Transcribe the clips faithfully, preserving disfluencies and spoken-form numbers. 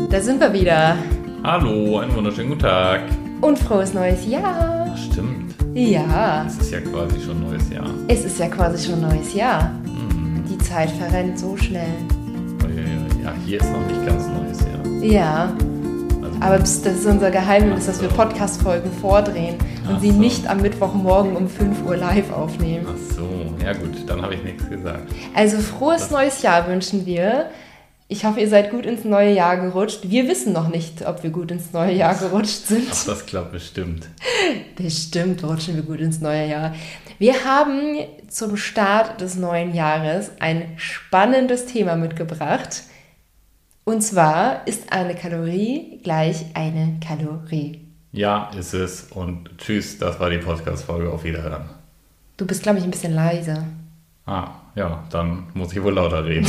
Da sind wir wieder. Hallo, einen wunderschönen guten Tag. Und frohes neues Jahr. Stimmt. Ja. Es ist ja quasi schon neues Jahr. Es ist ja quasi schon neues Jahr. Mhm. Die Zeit verrennt so schnell. Ja, hier ist noch nicht ganz neues Jahr. Ja. Also, aber das ist unser Geheimnis, dass wir Podcast-Folgen vordrehen und Ach sie so. nicht am Mittwochmorgen um fünf Uhr live aufnehmen. Ach so, ja gut, dann habe ich nichts gesagt. Also frohes Das- neues Jahr wünschen wir. Ich hoffe, ihr seid gut ins neue Jahr gerutscht. Wir wissen noch nicht, ob wir gut ins neue Jahr gerutscht sind. Ach, das klappt bestimmt. Bestimmt rutschen wir gut ins neue Jahr. Wir haben zum Start des neuen Jahres ein spannendes Thema mitgebracht. Und zwar ist eine Kalorie gleich eine Kalorie. Ja, ist es. Und tschüss, das war die Podcast-Folge. Auf Wiederhören. Du bist, glaube ich, ein bisschen leise. Ah, ja, dann muss ich wohl lauter reden.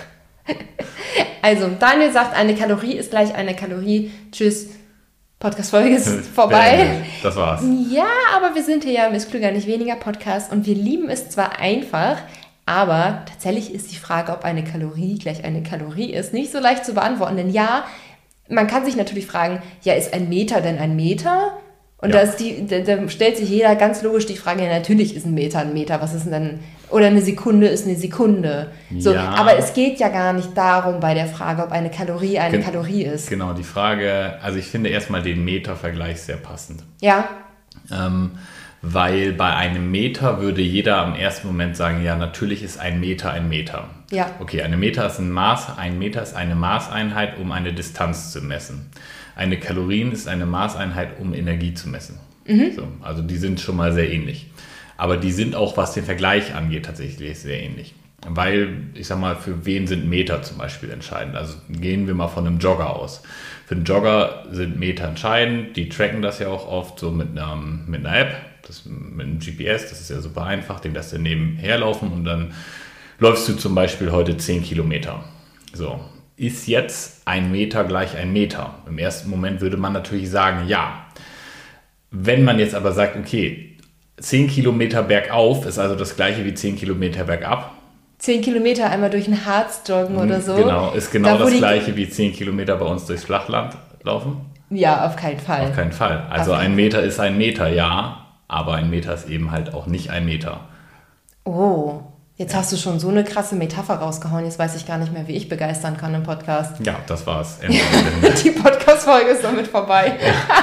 Also, Daniel sagt, eine Kalorie ist gleich eine Kalorie. Tschüss, Podcast-Folge ist vorbei. Beendet. Das war's. Ja, aber wir sind hier ja im Ist Klüger nicht weniger Podcast und wir lieben es zwar einfach, aber tatsächlich ist die Frage, ob eine Kalorie gleich eine Kalorie ist, nicht so leicht zu beantworten. Denn ja, man kann sich natürlich fragen, ja, ist ein Meter denn ein Meter? Und Ja. da, ist die, da, da stellt sich jeder ganz logisch die Frage, ja, natürlich ist ein Meter ein Meter, was ist denn dann, oder eine Sekunde ist eine Sekunde. So, Ja. aber es geht ja gar nicht darum bei der Frage, ob eine Kalorie eine Gen- Kalorie ist. Genau, die Frage, also ich finde erstmal den Meter-Vergleich sehr passend. Ja, Ähm, weil bei einem Meter würde jeder am ersten Moment sagen, ja, natürlich ist ein Meter ein Meter. Ja. Okay, eine Meter ist ein Maß, ein Meter ist eine Maßeinheit, um eine Distanz zu messen. Eine Kalorien ist eine Maßeinheit, um Energie zu messen. Mhm. So, also die sind schon mal sehr ähnlich. Aber die sind auch, was den Vergleich angeht, tatsächlich sehr ähnlich. Weil, ich sag mal, für wen sind Meter zum Beispiel entscheidend? Also gehen wir mal von einem Jogger aus. Für einen Jogger sind Meter entscheidend. Die tracken das ja auch oft so mit einer, mit einer App, das, mit einem G P S. Das ist ja super einfach. Den lässt du nebenher laufen und dann läufst du zum Beispiel heute zehn Kilometer. So, ist jetzt ein Meter gleich ein Meter? Im ersten Moment würde man natürlich sagen, ja. Wenn man jetzt aber sagt, okay, zehn Kilometer bergauf ist also das gleiche wie zehn Kilometer bergab. zehn Kilometer einmal durch ein Harz joggen oder so. Genau, ist genau Da, wo das die- gleiche wie zehn Kilometer bei uns durchs Flachland laufen? Ja, auf keinen Fall. Auf keinen Fall. Also Auf ein keinen Meter ist ein Meter, ja, aber ein Meter ist eben halt auch nicht ein Meter. Oh, jetzt hast du schon so eine krasse Metapher rausgehauen. Jetzt weiß ich gar nicht mehr, wie ich begeistern kann im Podcast. Ja, das war's. Ende, Ende. Die Podcast-Folge ist damit vorbei.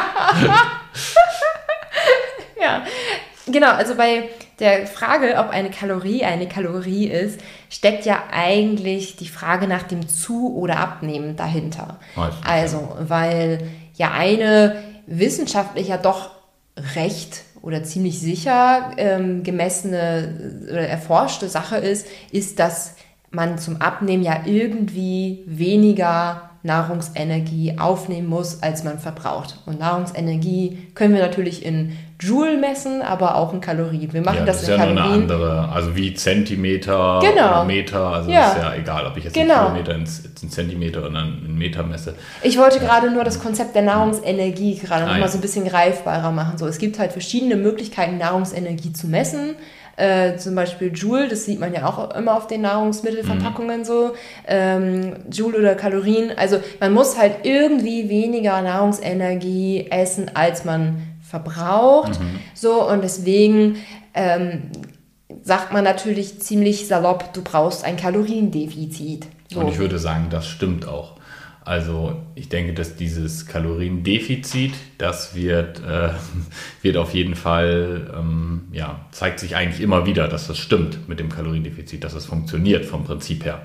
Ja, genau. Also bei der Frage, ob eine Kalorie eine Kalorie ist, steckt ja eigentlich die Frage nach dem Zu- oder Abnehmen dahinter. Meistens, Also, weil ja eine wissenschaftlich ja doch recht oder ziemlich sicher ähm, gemessene oder erforschte Sache ist, ist, dass man zum Abnehmen ja irgendwie weniger Nahrungsenergie aufnehmen muss, als man verbraucht. Und Nahrungsenergie können wir natürlich in Joule messen, aber auch in Kalorien. Wir machen Ja, das, das ist in ja nur eine Kalorien. andere, also wie Zentimeter, Genau. Meter, also Ja. ist ja egal, ob ich jetzt Genau. einen Kilometer ins, in Zentimeter oder einen Meter messe. Ich wollte gerade nur das Konzept der Nahrungsenergie gerade Ah, nochmal ja. so ein bisschen greifbarer machen. So, es gibt halt verschiedene Möglichkeiten, Nahrungsenergie zu messen. Äh, zum Beispiel Joule, das sieht man ja auch immer auf den Nahrungsmittelverpackungen so. Ähm, Joule oder Kalorien. Also man muss halt irgendwie weniger Nahrungsenergie essen, als man verbraucht. So, und deswegen ähm, sagt man natürlich ziemlich salopp, du brauchst ein Kaloriendefizit. So. Und ich würde sagen, das stimmt auch. Also ich denke, dass dieses Kaloriendefizit, das wird, äh, wird auf jeden Fall, ähm, ja, zeigt sich eigentlich immer wieder, dass das stimmt mit dem Kaloriendefizit, dass das funktioniert vom Prinzip her.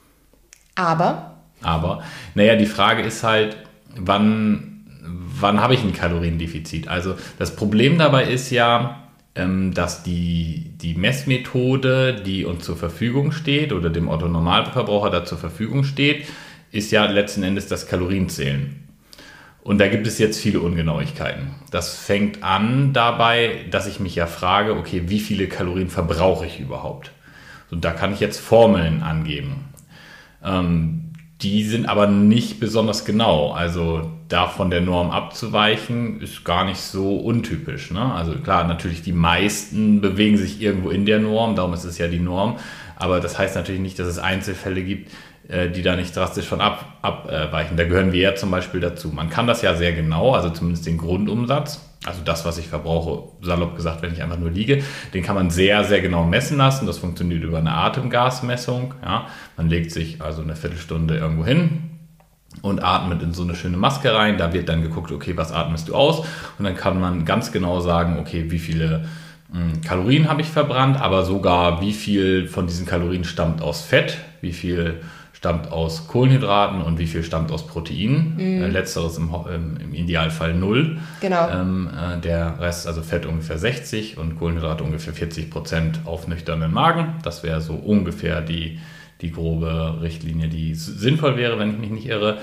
Aber Aber, naja, die Frage ist halt, wann, wann habe ich ein Kaloriendefizit? Also das Problem dabei ist ja, ähm, dass die, die Messmethode, die uns zur Verfügung steht oder dem Otto-Normalverbraucher da zur Verfügung steht, ist ja letzten Endes das Kalorienzählen. Und da gibt es jetzt viele Ungenauigkeiten. Das fängt an dabei, dass ich mich ja frage, okay, wie viele Kalorien verbrauche ich überhaupt? Und da kann ich jetzt Formeln angeben. Ähm, die sind aber nicht besonders genau. Also da von der Norm abzuweichen, ist gar nicht so untypisch. Ne? Also klar, natürlich die meisten bewegen sich irgendwo in der Norm, darum ist es ja die Norm. Aber das heißt natürlich nicht, dass es Einzelfälle gibt, äh, die da nicht drastisch von ab, abweichen. Da gehören wir ja zum Beispiel dazu. Man kann das ja sehr genau, also zumindest den Grundumsatz, also das, was ich verbrauche, salopp gesagt, wenn ich einfach nur liege, den kann man sehr, sehr genau messen lassen. Das funktioniert über eine Atemgasmessung. Ja. Man legt sich also eine Viertelstunde irgendwo hin und atmet in so eine schöne Maske rein. Da wird dann geguckt, okay, was atmest du aus? Und dann kann man ganz genau sagen, okay, wie viele mh, Kalorien habe ich verbrannt, aber sogar wie viel von diesen Kalorien stammt aus Fett, wie viel stammt aus Kohlenhydraten und wie viel stammt aus Proteinen. Mm. Äh, letzteres im, im, im Idealfall null. Genau. Ähm, äh, der Rest, also Fett ungefähr sechzig und Kohlenhydrate ungefähr vierzig Prozent auf nüchternen Magen. Das wäre so ungefähr die, die grobe Richtlinie, die sinnvoll wäre, wenn ich mich nicht irre.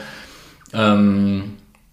Ähm,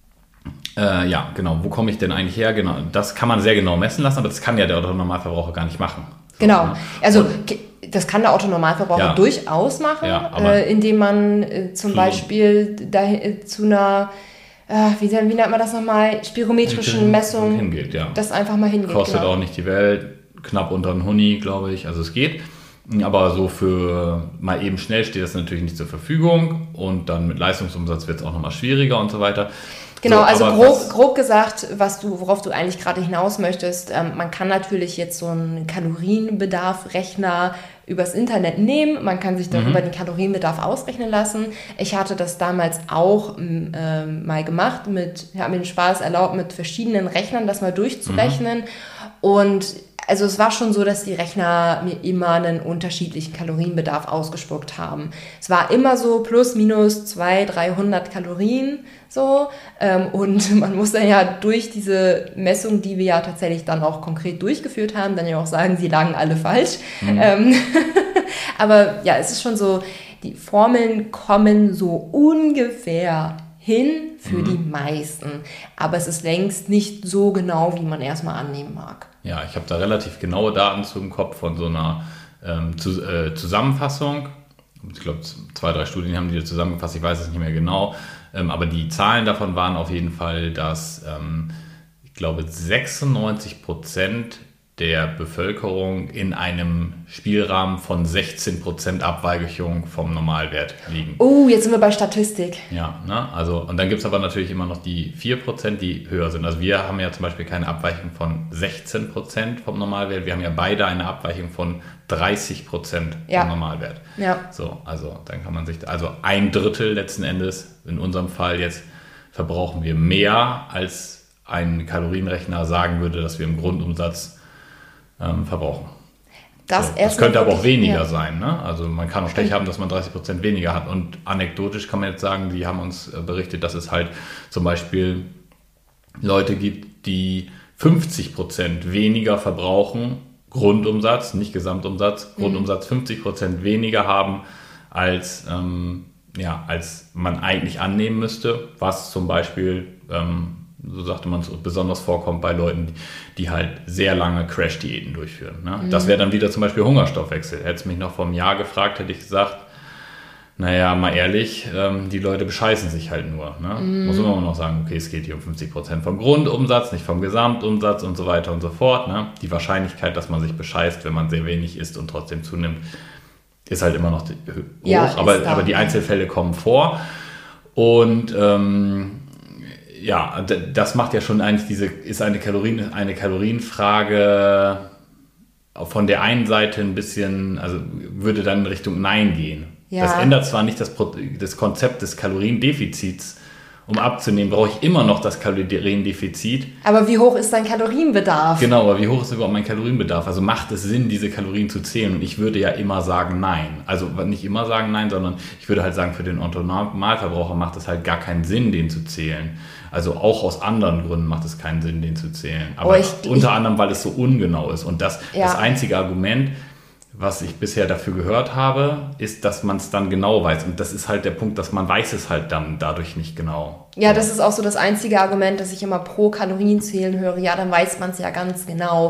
äh, ja, genau. Wo komme ich denn eigentlich her? Genau, das kann man sehr genau messen lassen, aber das kann ja der Otto-Normalverbraucher gar nicht machen. So, genau. Ne? Also und, das kann der Otto-Normalverbraucher ja. durchaus machen, ja, äh, indem man äh, zum zu, Beispiel da, äh, zu einer, äh, wie, wie nennt man das nochmal, spirometrischen Messung, hingeht, ja. das einfach mal hingeht. Kostet genau. auch nicht die Welt, knapp unter einen Huni, glaube ich, also es geht. Aber so für mal eben schnell steht das natürlich nicht zur Verfügung und dann mit Leistungsumsatz wird es auch nochmal schwieriger und so weiter. Genau, so, also grob, was, grob gesagt, was du, worauf du eigentlich gerade hinaus möchtest, ähm, man kann natürlich jetzt so einen Kalorienbedarf-Rechner übers Internet nehmen, man kann sich darüber mhm. den Kalorienbedarf ausrechnen lassen. Ich hatte das damals auch ähm, mal gemacht, mit, ich habe mir den Spaß erlaubt, mit verschiedenen Rechnern das mal durchzurechnen mhm. und also es war schon so, dass die Rechner mir immer einen unterschiedlichen Kalorienbedarf ausgespuckt haben. Es war immer so plus, minus zweihundert, dreihundert Kalorien so ähm, und man muss dann ja durch diese Messung, die wir ja tatsächlich dann auch konkret durchgeführt haben, dann ja auch sagen, sie lagen alle falsch. Mhm. Ähm, aber ja, es ist schon so, die Formeln kommen so ungefähr hin für mhm. die meisten. Aber es ist längst nicht so genau, wie man erstmal annehmen mag. Ja, ich habe da relativ genaue Daten zu im Kopf von so einer ähm, zu, äh, Zusammenfassung. Ich glaube, zwei, drei Studien haben die da zusammengefasst, ich weiß es nicht mehr genau. Ähm, aber die Zahlen davon waren auf jeden Fall, dass ähm, ich glaube sechsundneunzig Prozent der Bevölkerung in einem Spielrahmen von sechzehn Prozent Abweichung vom Normalwert liegen. Oh, jetzt sind wir bei Statistik. Ja, ne? Also, und dann gibt es aber natürlich immer noch die vier Prozent, die höher sind. Also wir haben ja zum Beispiel keine Abweichung von sechzehn Prozent vom Normalwert. Wir haben ja beide eine Abweichung von dreißig Prozent ja. vom Normalwert. Ja. So, also dann kann man sich, also ein Drittel letzten Endes, in unserem Fall jetzt, verbrauchen wir mehr, als ein Kalorienrechner sagen würde, dass wir im Grundumsatz Ähm, verbrauchen. Das, so, das könnte aber auch weniger ja. sein. Ne? Also man kann auch Pech haben, dass man dreißig Prozent weniger hat. Und anekdotisch kann man jetzt sagen, die haben uns berichtet, dass es halt zum Beispiel Leute gibt, die fünfzig Prozent weniger verbrauchen, Grundumsatz, nicht Gesamtumsatz, Grundumsatz mhm. fünfzig Prozent weniger haben, als, ähm, ja, als man eigentlich annehmen müsste, was zum Beispiel ähm, so sagte man, so besonders vorkommt bei Leuten, die halt sehr lange Crash-Diäten durchführen. Ne? Mhm. Das wäre dann wieder zum Beispiel Hungerstoffwechsel. Hättest du mich noch vor einem Jahr gefragt, hätte ich gesagt, naja, mal ehrlich, ähm, die Leute bescheißen sich halt nur. Ne? Mhm. Muss man immer noch sagen, okay, es geht hier um fünfzig Prozent vom Grundumsatz, nicht vom Gesamtumsatz und so weiter und so fort. Ne? Die Wahrscheinlichkeit, dass man sich bescheißt, wenn man sehr wenig isst und trotzdem zunimmt, ist halt immer noch hoch. Ja, aber, aber die Einzelfälle kommen vor. Und ähm, ja, das macht ja schon eigentlich diese, ist eine Kalorien, eine Kalorienfrage von der einen Seite ein bisschen, also würde dann in Richtung Nein gehen. Ja. Das ändert zwar nicht das, das Konzept des Kaloriendefizits, um abzunehmen, brauche ich immer noch das Kaloriendefizit. Aber wie hoch ist dein Kalorienbedarf? Genau, aber wie hoch ist überhaupt mein Kalorienbedarf? Also macht es Sinn, diese Kalorien zu zählen? Und ich würde ja immer sagen Nein. Also nicht immer sagen Nein, sondern ich würde halt sagen, für den Otto-Normalverbraucher macht es halt gar keinen Sinn, den zu zählen. Also auch aus anderen Gründen macht es keinen Sinn, den zu zählen. Aber oh, ich, unter ich, anderem, weil es so ungenau ist. Und das, ja. das einzige Argument, was ich bisher dafür gehört habe, ist, dass man es dann genau weiß. Und das ist halt der Punkt, dass man weiß es halt dann dadurch nicht genau. Ja, das ist auch so das einzige Argument, dass ich immer pro Kalorienzählen höre. Ja, dann weiß man es ja ganz genau.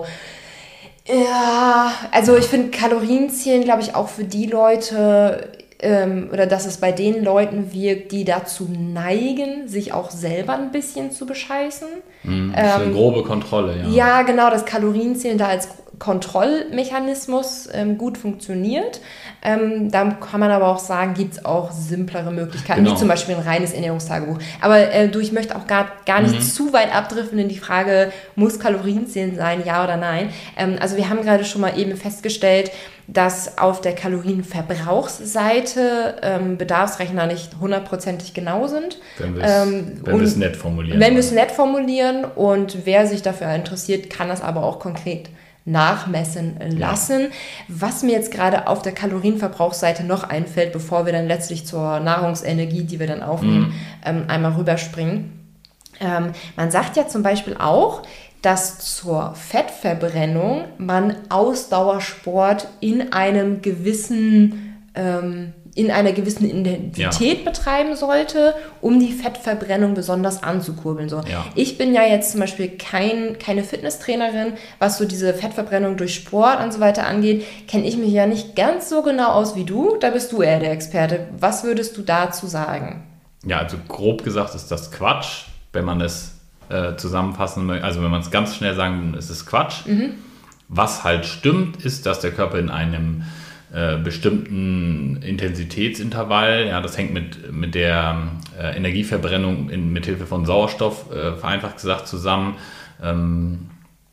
Ja, also ich finde Kalorienzählen, glaube ich, auch für die Leute, ähm, oder dass es bei den Leuten wirkt, die dazu neigen, sich auch selber ein bisschen zu bescheißen. Mhm, das ist eine ähm, grobe Kontrolle, ja. Ja, genau, das Kalorienzählen da als Kontrollmechanismus ähm, gut funktioniert. Ähm, da kann man aber auch sagen, gibt es auch simplere Möglichkeiten, Genau. wie zum Beispiel ein reines Ernährungstagebuch. Aber äh, du, ich möchte auch gar, gar nicht mhm. zu weit abdriften in die Frage, muss Kalorienzählen sein, ja oder nein? Ähm, also wir haben gerade schon mal eben festgestellt, dass auf der Kalorienverbrauchsseite ähm, Bedarfsrechner nicht hundertprozentig genau sind. Wenn wir es ähm, wenn nett formulieren. Wenn wir es nett formulieren und wer sich dafür interessiert, kann das aber auch konkret nachmessen lassen. Ja. Was mir jetzt gerade auf der Kalorienverbrauchsseite noch einfällt, bevor wir dann letztlich zur Nahrungsenergie, die wir dann aufnehmen, mhm. ähm, einmal rüberspringen. Ähm, man sagt ja zum Beispiel auch, dass zur Fettverbrennung man Ausdauersport in einem gewissen, ähm, in einer gewissen Intensität ja. betreiben sollte, um die Fettverbrennung besonders anzukurbeln. So. Ja. Ich bin ja jetzt zum Beispiel kein, keine Fitnesstrainerin, was so diese Fettverbrennung durch Sport und so weiter angeht, kenne ich mich ja nicht ganz so genau aus wie du. Da bist du eher der Experte. Was würdest du dazu sagen? Ja, also grob gesagt ist das Quatsch, wenn man es Äh, zusammenfassen möchte, also wenn man es ganz schnell sagen, ist es Quatsch. Mhm. Was halt stimmt, ist, dass der Körper in einem äh, bestimmten Intensitätsintervall, ja, das hängt mit, mit der äh, Energieverbrennung in, mit Hilfe von Sauerstoff, äh, vereinfacht gesagt, zusammen, ähm,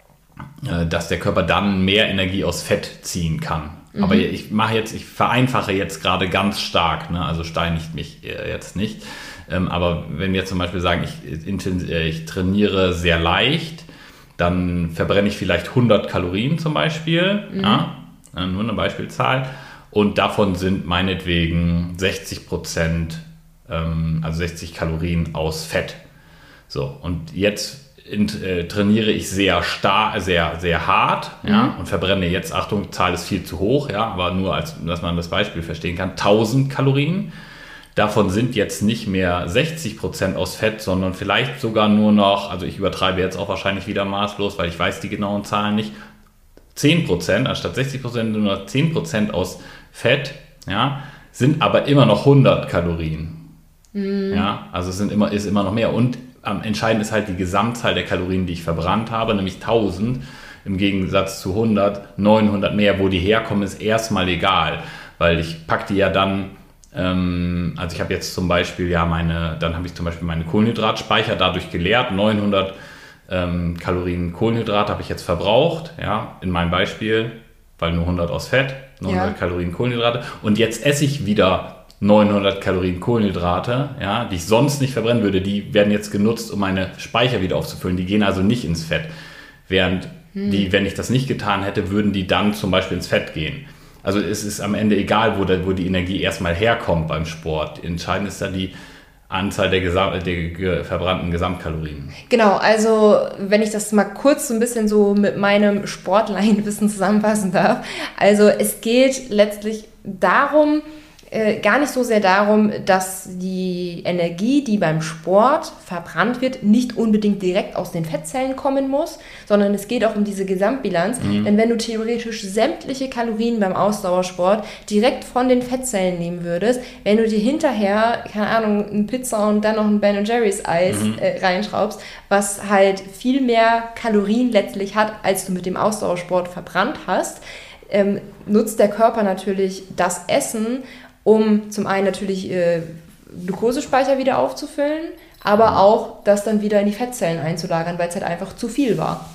äh, dass der Körper dann mehr Energie aus Fett ziehen kann. Mhm. Aber ich mache jetzt, ich vereinfache jetzt gerade ganz stark, ne? Also steinigt mich äh, jetzt nicht. Ähm, aber wenn wir zum Beispiel sagen, ich, ich trainiere sehr leicht, dann verbrenne ich vielleicht hundert Kalorien zum Beispiel, mhm. ja, nur eine Beispielzahl, und davon sind meinetwegen sechzig Prozent, ähm, also sechzig Kalorien aus Fett. So, und jetzt in, äh, trainiere ich sehr stark, sehr, sehr hart, mhm. ja, und verbrenne jetzt, Achtung, Zahl ist viel zu hoch, ja, aber nur, als, dass man das Beispiel verstehen kann, tausend Kalorien. Davon sind jetzt nicht mehr sechzig Prozent aus Fett, sondern vielleicht sogar nur noch, also ich übertreibe jetzt auch wahrscheinlich wieder maßlos, weil ich weiß die genauen Zahlen nicht, zehn Prozent, anstatt sechzig Prozent nur noch zehn Prozent aus Fett, ja, sind aber immer noch hundert Kalorien. Mhm. Ja, also es sind immer, ist immer noch mehr. Und am entscheidend ist halt die Gesamtzahl der Kalorien, die ich verbrannt habe, nämlich tausend, im Gegensatz zu hundert, neunhundert mehr. Wo die herkommen, ist erstmal egal, weil ich packe die ja dann. Also ich habe jetzt zum Beispiel ja meine, dann habe ich zum Beispiel meine Kohlenhydratspeicher dadurch geleert, neunhundert ähm, Kalorien Kohlenhydrat habe ich jetzt verbraucht, ja, in meinem Beispiel, weil nur hundert aus Fett, neunhundert ja. Kalorien Kohlenhydrate, und jetzt esse ich wieder neunhundert Kalorien Kohlenhydrate, ja, die ich sonst nicht verbrennen würde, die werden jetzt genutzt, um meine Speicher wieder aufzufüllen, die gehen also nicht ins Fett, während hm. die, wenn ich das nicht getan hätte, würden die dann zum Beispiel ins Fett gehen. Also es ist am Ende egal, wo, da, wo die Energie erstmal herkommt beim Sport. Entscheidend ist dann die Anzahl der, Gesam- der verbrannten Gesamtkalorien. Genau, also wenn ich das mal kurz so ein bisschen so mit meinem Sportlaienwissen zusammenfassen darf. Also es geht letztlich darum, äh, gar nicht so sehr darum, dass die Energie, die beim Sport verbrannt wird, nicht unbedingt direkt aus den Fettzellen kommen muss, sondern es geht auch um diese Gesamtbilanz. Mhm. Denn wenn du theoretisch sämtliche Kalorien beim Ausdauersport direkt von den Fettzellen nehmen würdest, wenn du dir hinterher, keine Ahnung, eine Pizza und dann noch ein Ben and Jerry's Eis mhm. äh, reinschraubst, was halt viel mehr Kalorien letztlich hat, als du mit dem Ausdauersport verbrannt hast, ähm, nutzt der Körper natürlich das Essen, um zum einen natürlich äh, Glukosespeicher wieder aufzufüllen, aber auch das dann wieder in die Fettzellen einzulagern, weil es halt einfach zu viel war.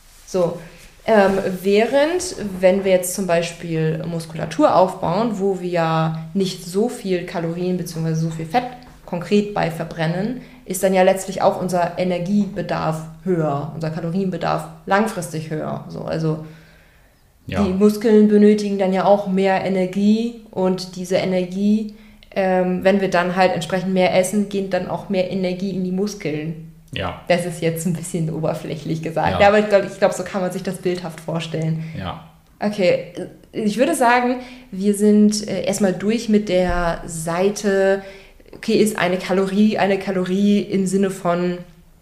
So, ähm, während, wenn wir jetzt zum Beispiel Muskulatur aufbauen, wo wir ja nicht so viel Kalorien bzw. so viel Fett konkret bei verbrennen, ist dann ja letztlich auch unser Energiebedarf höher, unser Kalorienbedarf langfristig höher. So, also ja. Die Muskeln benötigen dann ja auch mehr Energie, und diese Energie, ähm, wenn wir dann halt entsprechend mehr essen, geht dann auch mehr Energie in die Muskeln. Ja. Das ist jetzt ein bisschen oberflächlich gesagt, ja. aber ich glaube, ich glaub, so kann man sich das bildhaft vorstellen. Ja. Okay, ich würde sagen, wir sind äh, erstmal durch mit der Seite, okay, ist eine Kalorie eine Kalorie im Sinne von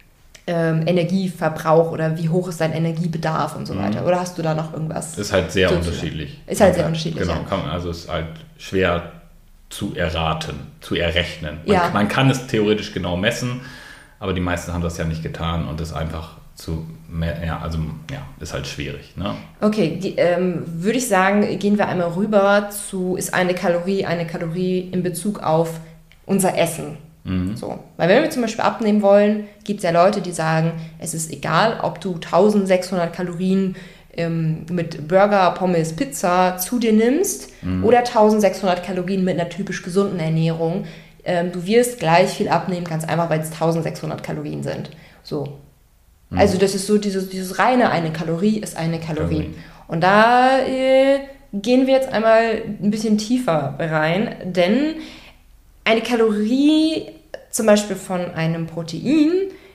Ähm, Energieverbrauch oder wie hoch ist dein Energiebedarf und so weiter? Oder hast du da noch irgendwas? Ist halt sehr unterschiedlich. Ist halt sehr unterschiedlich, Genau, ja. kann man, also ist halt schwer zu erraten, zu errechnen. Man, ja. man kann es theoretisch genau messen, aber die meisten haben das ja nicht getan und es einfach zu mehr, ja, also ja, ist halt schwierig. Ne? Okay, die, ähm, würde ich sagen, gehen wir einmal rüber zu, ist eine Kalorie eine Kalorie in Bezug auf unser Essen. Mhm. So. Weil wenn wir zum Beispiel abnehmen wollen, gibt es ja Leute, die sagen, es ist egal, ob du eintausendsechshundert Kalorien ähm, mit Burger, Pommes, Pizza zu dir nimmst mhm. oder eintausendsechshundert Kalorien mit einer typisch gesunden Ernährung. Ähm, du wirst gleich viel abnehmen, ganz einfach, weil es eintausendsechshundert Kalorien sind. So. Mhm. Also das ist so dieses, dieses reine, eine Kalorie ist eine Kalorie. Kalorie. Und da äh, gehen wir jetzt einmal ein bisschen tiefer rein, denn eine Kalorie zum Beispiel von einem Protein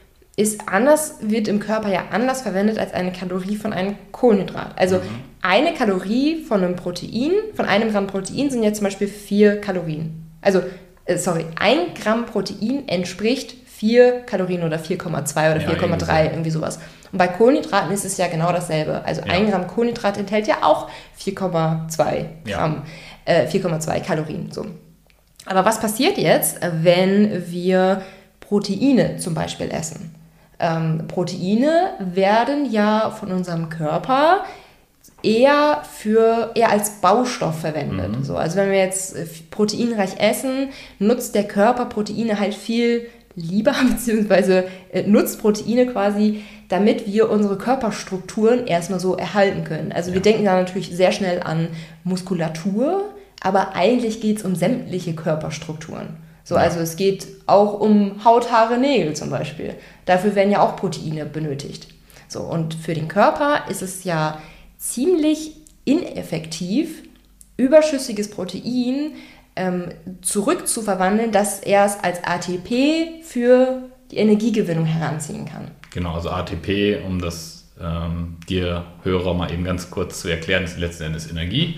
ist anders, wird im Körper ja anders verwendet als eine Kalorie von einem Kohlenhydrat. Also mhm. eine Kalorie von einem Protein, von einem Gramm Protein sind ja zum Beispiel vier Kalorien. Also, äh, sorry, ein Gramm Protein entspricht vier Kalorien oder vier Komma zwei oder ja, vier Komma drei, irgendwie sowas. Und bei Kohlenhydraten ist es ja genau dasselbe. Also ja. ein Gramm Kohlenhydrat enthält ja auch vier Komma zwei Gramm, ja. äh, vier Komma zwei Kalorien, so. Aber was passiert jetzt, wenn wir Proteine zum Beispiel essen? Ähm, Proteine werden ja von unserem Körper eher, für, eher als Baustoff verwendet. Mhm. So, also wenn wir jetzt proteinreich essen, nutzt der Körper Proteine halt viel lieber, beziehungsweise äh, nutzt Proteine quasi, damit wir unsere Körperstrukturen erstmal so erhalten können. Also ja. wir denken da natürlich sehr schnell an Muskulatur, aber eigentlich geht es um sämtliche Körperstrukturen. So, ja. Also es geht auch um Haut, Haare, Nägel zum Beispiel. Dafür werden ja auch Proteine benötigt. So, und für den Körper ist es ja ziemlich ineffektiv, überschüssiges Protein ähm, zurückzuverwandeln, dass er es als A T P für die Energiegewinnung heranziehen kann. Genau, also A T P, um das ähm, dir Hörer mal eben ganz kurz zu erklären, ist letzten Endes Energie,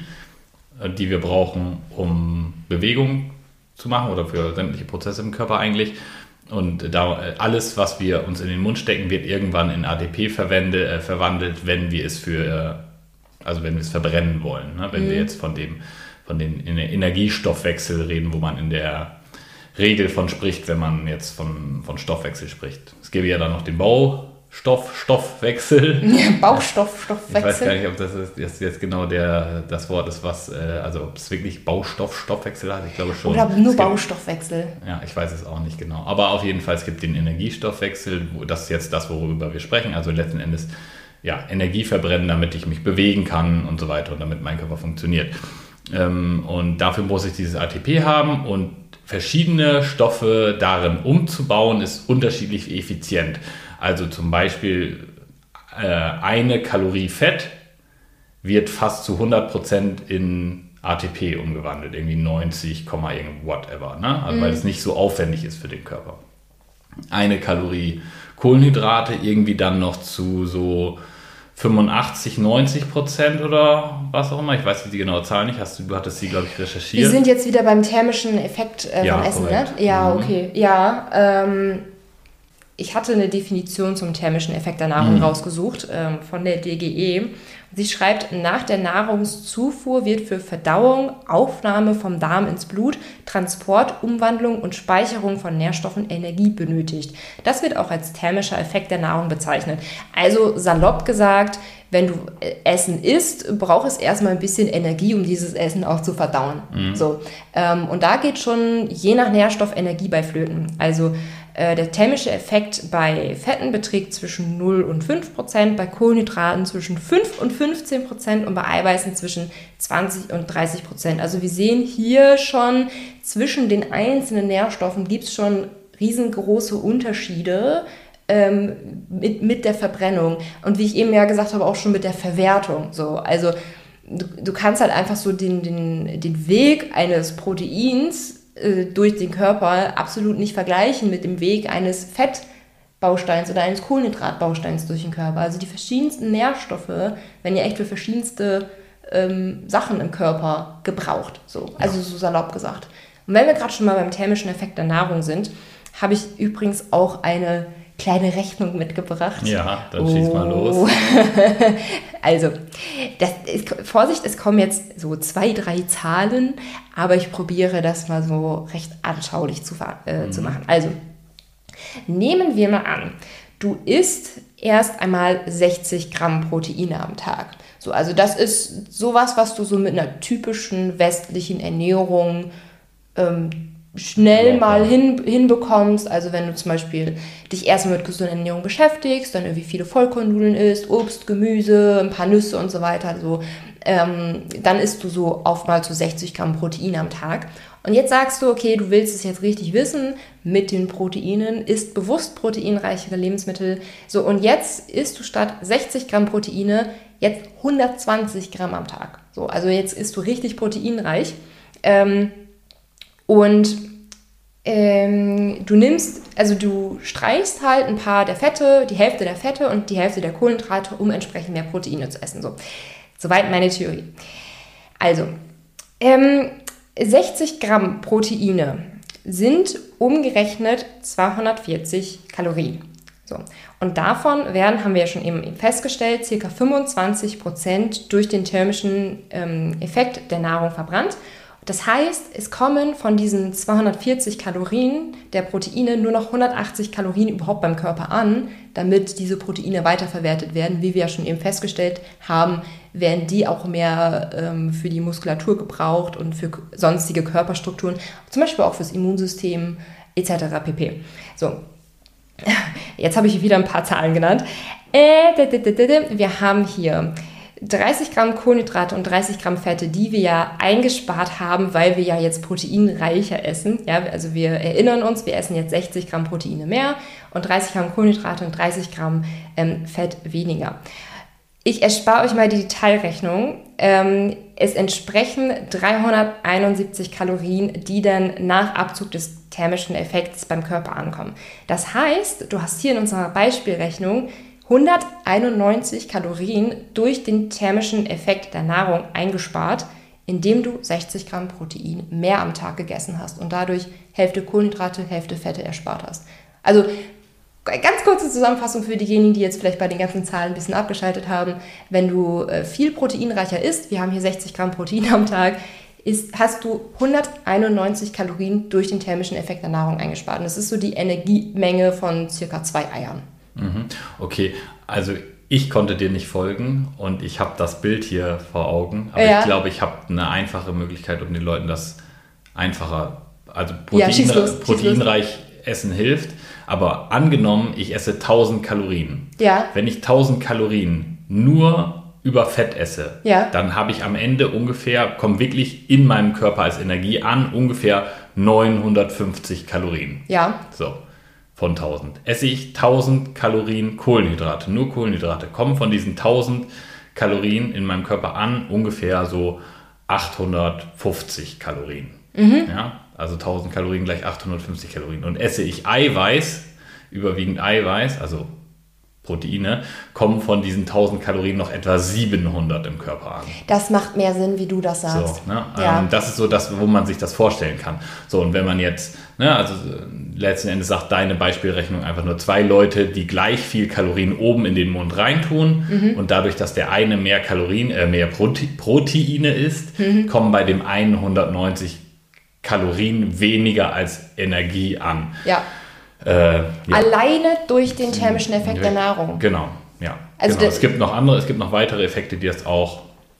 die wir brauchen, um Bewegung zu machen oder für sämtliche Prozesse im Körper eigentlich. Und da alles, was wir uns in den Mund stecken, wird irgendwann in A T P verwendet, äh, verwandelt, wenn wir es für, also wenn wir es verbrennen wollen. Ne? Wenn mhm. wir jetzt von dem, von den Energiestoffwechsel reden, wo man in der Regel von spricht, wenn man jetzt von, von Stoffwechsel spricht. Es gäbe ja dann noch den Bau. Stoff, Stoffwechsel. Ja, Baustoff, Stoffwechsel. Ich weiß gar nicht, ob das, ist, das jetzt genau der, das Wort ist, was, äh, also ob es wirklich Baustoff, Stoffwechsel hat, ich glaube schon. Oder nur es Baustoffwechsel. Gibt, ja, ich weiß es auch nicht genau. Aber auf jeden Fall, es gibt den Energiestoffwechsel, das ist jetzt das, worüber wir sprechen. Also letzten Endes, ja, Energie verbrennen, damit ich mich bewegen kann und so weiter und damit mein Körper funktioniert. Ähm, und dafür muss ich dieses A T P haben und verschiedene Stoffe darin umzubauen, ist unterschiedlich effizient. Also zum Beispiel äh, eine Kalorie Fett wird fast zu hundert Prozent in A T P umgewandelt, irgendwie neunzig, whatever, ne? Also, mm. weil es nicht so aufwendig ist für den Körper. Eine Kalorie Kohlenhydrate irgendwie dann noch zu so fünfundachtzig, neunzig Prozent oder was auch immer. Ich weiß die genaue Zahl nicht. Hast du, du hattest sie, glaube ich, recherchiert. Wir sind jetzt wieder beim thermischen Effekt äh, ja, vom Essen, korrekt. Ne? Ja, okay. Mhm. Ja, ähm, ich hatte eine Definition zum thermischen Effekt der Nahrung mhm. rausgesucht ähm, von der D G E. Sie schreibt, nach der Nahrungszufuhr wird für Verdauung, Aufnahme vom Darm ins Blut, Transport, Umwandlung und Speicherung von Nährstoffen Energie benötigt. Das wird auch als thermischer Effekt der Nahrung bezeichnet. Also salopp gesagt, wenn du Essen isst, braucht es erstmal ein bisschen Energie, um dieses Essen auch zu verdauen. Mhm. So, ähm, und da geht schon je nach Nährstoff Energie bei flöten. Also äh, der thermische Effekt bei Fetten beträgt zwischen null und fünf Prozent, bei Kohlenhydraten zwischen fünf und fünfzehn Prozent und bei Eiweißen zwischen zwanzig und dreißig Prozent. Also wir sehen hier schon, zwischen den einzelnen Nährstoffen gibt es schon riesengroße Unterschiede ähm, mit, mit der Verbrennung. Und wie ich eben ja gesagt habe, auch schon mit der Verwertung. So, also du, du kannst halt einfach so den, den, den Weg eines Proteins äh, durch den Körper absolut nicht vergleichen mit dem Weg eines Fettbausteins oder eines Kohlenhydratbausteins durch den Körper. Also die verschiedensten Nährstoffe werden ja echt für verschiedenste ähm, Sachen im Körper gebraucht. So. Also so salopp gesagt. Und wenn wir gerade schon mal beim thermischen Effekt der Nahrung sind, habe ich übrigens auch eine kleine Rechnung mitgebracht. Ja, dann schieß mal los. Also, das ist, Vorsicht, es kommen jetzt so zwei, drei Zahlen, aber ich probiere das mal so recht anschaulich zu, äh, mhm. zu machen. Also, nehmen wir mal an, du isst erst einmal sechzig Gramm Proteine am Tag. So, also das ist sowas, was du so mit einer typischen westlichen Ernährung ähm, schnell mal hin, hinbekommst. Also wenn du zum Beispiel dich erstmal mit gesunder Ernährung beschäftigst, dann irgendwie viele Vollkornnudeln isst, Obst, Gemüse, ein paar Nüsse und so weiter, so, ähm, dann isst du so oftmals so sechzig Gramm Protein am Tag. Und jetzt sagst du, okay, du willst es jetzt richtig wissen mit den Proteinen, isst bewusst proteinreichere Lebensmittel. So, und jetzt isst du statt sechzig Gramm Proteine jetzt hundertzwanzig Gramm am Tag. So, also jetzt isst du richtig proteinreich. Ähm, Und ähm, du nimmst, also du streichst halt ein paar der Fette, die Hälfte der Fette und die Hälfte der Kohlenhydrate, um entsprechend mehr Proteine zu essen. So, soweit meine Theorie. Also, ähm, sechzig Gramm Proteine sind umgerechnet zweihundertvierzig Kalorien. So. Und davon werden, haben wir ja schon eben festgestellt, ca. fünfundzwanzig Prozent durch den thermischen ähm, Effekt der Nahrung verbrannt. Das heißt, es kommen von diesen zweihundertvierzig Kalorien der Proteine nur noch hundertachtzig Kalorien überhaupt beim Körper an, damit diese Proteine weiterverwertet werden. Wie wir ja schon eben festgestellt haben, werden die auch mehr ähm, für die Muskulatur gebraucht und für sonstige Körperstrukturen, zum Beispiel auch fürs Immunsystem et cetera pp. So, jetzt habe ich wieder ein paar Zahlen genannt. Äh, wir haben hier dreißig Gramm Kohlenhydrate und dreißig Gramm Fette, die wir ja eingespart haben, weil wir ja jetzt proteinreicher essen. Ja, also wir erinnern uns, wir essen jetzt sechzig Gramm Proteine mehr und dreißig Gramm Kohlenhydrate und dreißig Gramm ähm, Fett weniger. Ich erspare euch mal die Detailrechnung. Ähm, es entsprechen dreihunderteinundsiebzig Kalorien, die dann nach Abzug des thermischen Effekts beim Körper ankommen. Das heißt, du hast hier in unserer Beispielrechnung hunderteinundneunzig Kalorien durch den thermischen Effekt der Nahrung eingespart, indem du sechzig Gramm Protein mehr am Tag gegessen hast und dadurch Hälfte Kohlenhydrate, Hälfte Fette erspart hast. Also ganz kurze Zusammenfassung für diejenigen, die jetzt vielleicht bei den ganzen Zahlen ein bisschen abgeschaltet haben. Wenn du viel proteinreicher isst, wir haben hier sechzig Gramm Protein am Tag, ist, hast du hunderteinundneunzig Kalorien durch den thermischen Effekt der Nahrung eingespart. Und das ist so die Energiemenge von circa zwei Eiern. Okay, also ich konnte dir nicht folgen und ich habe das Bild hier vor Augen, aber ja. Ich glaube, ich habe eine einfache Möglichkeit, um den Leuten das einfacher, also Protein, ja, schieß los, proteinreich schieß los. Essen hilft, aber angenommen, ich esse tausend Kalorien. Ja. Wenn ich tausend Kalorien nur über Fett esse, ja. Dann habe ich am Ende ungefähr, kommt wirklich in meinem Körper als Energie an, ungefähr neunhundertfünfzig Kalorien. Ja. So. Von tausend. Esse ich tausend Kalorien Kohlenhydrate, nur Kohlenhydrate, kommen von diesen tausend Kalorien in meinem Körper an, ungefähr so achthundertfünfzig Kalorien. Mhm. Ja, also tausend Kalorien gleich achthundertfünfzig Kalorien. Und esse ich Eiweiß, überwiegend Eiweiß, also Proteine, kommen von diesen tausend Kalorien noch etwa siebenhundert im Körper an. Das macht mehr Sinn, wie du das sagst. So, ne? Ja. Ähm, das ist so das, wo man sich das vorstellen kann. So, und wenn man jetzt, ne, also letzten Endes sagt deine Beispielrechnung einfach nur zwei Leute, die gleich viel Kalorien oben in den Mund reintun, mhm. Und dadurch, dass der eine mehr Kalorien, äh, mehr Prote- Proteine isst, mhm. kommen bei dem einen hundertneunzig Kalorien weniger als Energie an. Ja. Äh, ja. Alleine durch den thermischen Effekt der Nahrung. Genau, ja. Also genau. Es gibt noch andere, es gibt noch weitere Effekte, die das auch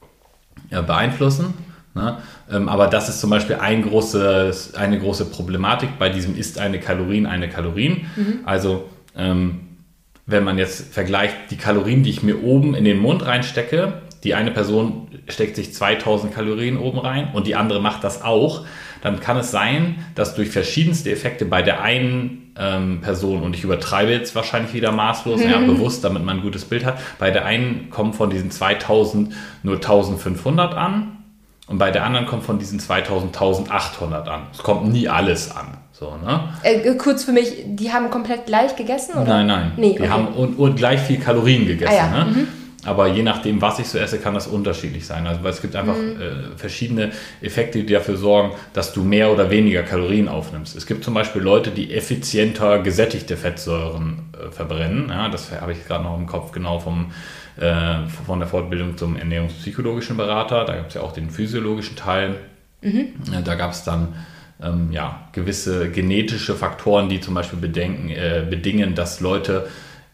ja, beeinflussen. Ne? Ähm, aber das ist zum Beispiel ein großes, eine große Problematik bei diesem ist eine Kalorien, eine Kalorien. Mhm. Also ähm, wenn man jetzt vergleicht, die Kalorien, die ich mir oben in den Mund reinstecke, die eine Person steckt sich zweitausend Kalorien oben rein und die andere macht das auch, dann kann es sein, dass durch verschiedenste Effekte bei der einen ähm, Person, und ich übertreibe jetzt wahrscheinlich wieder maßlos, mhm. ja, bewusst, damit man ein gutes Bild hat, bei der einen kommen von diesen zweitausend nur eintausendfünfhundert an und bei der anderen kommt von diesen zweitausend eintausendachthundert an. Es kommt nie alles an. So, ne? Äh, kurz für mich, die haben komplett gleich gegessen? Oder? Nein, nein. Nee, die okay. haben und, und gleich viel Kalorien gegessen. Ah, ja. ne? mhm. Aber je nachdem, was ich so esse, kann das unterschiedlich sein. Also, weil es gibt einfach mhm. äh, verschiedene Effekte, die dafür sorgen, dass du mehr oder weniger Kalorien aufnimmst. Es gibt zum Beispiel Leute, die effizienter gesättigte Fettsäuren äh, verbrennen. Ja, das habe ich gerade noch im Kopf, genau vom, äh, von der Fortbildung zum ernährungspsychologischen Berater. Da gibt es ja auch den physiologischen Teil. Mhm. Äh, da gab es dann ähm, ja, gewisse genetische Faktoren, die zum Beispiel bedenken, äh, bedingen, dass Leute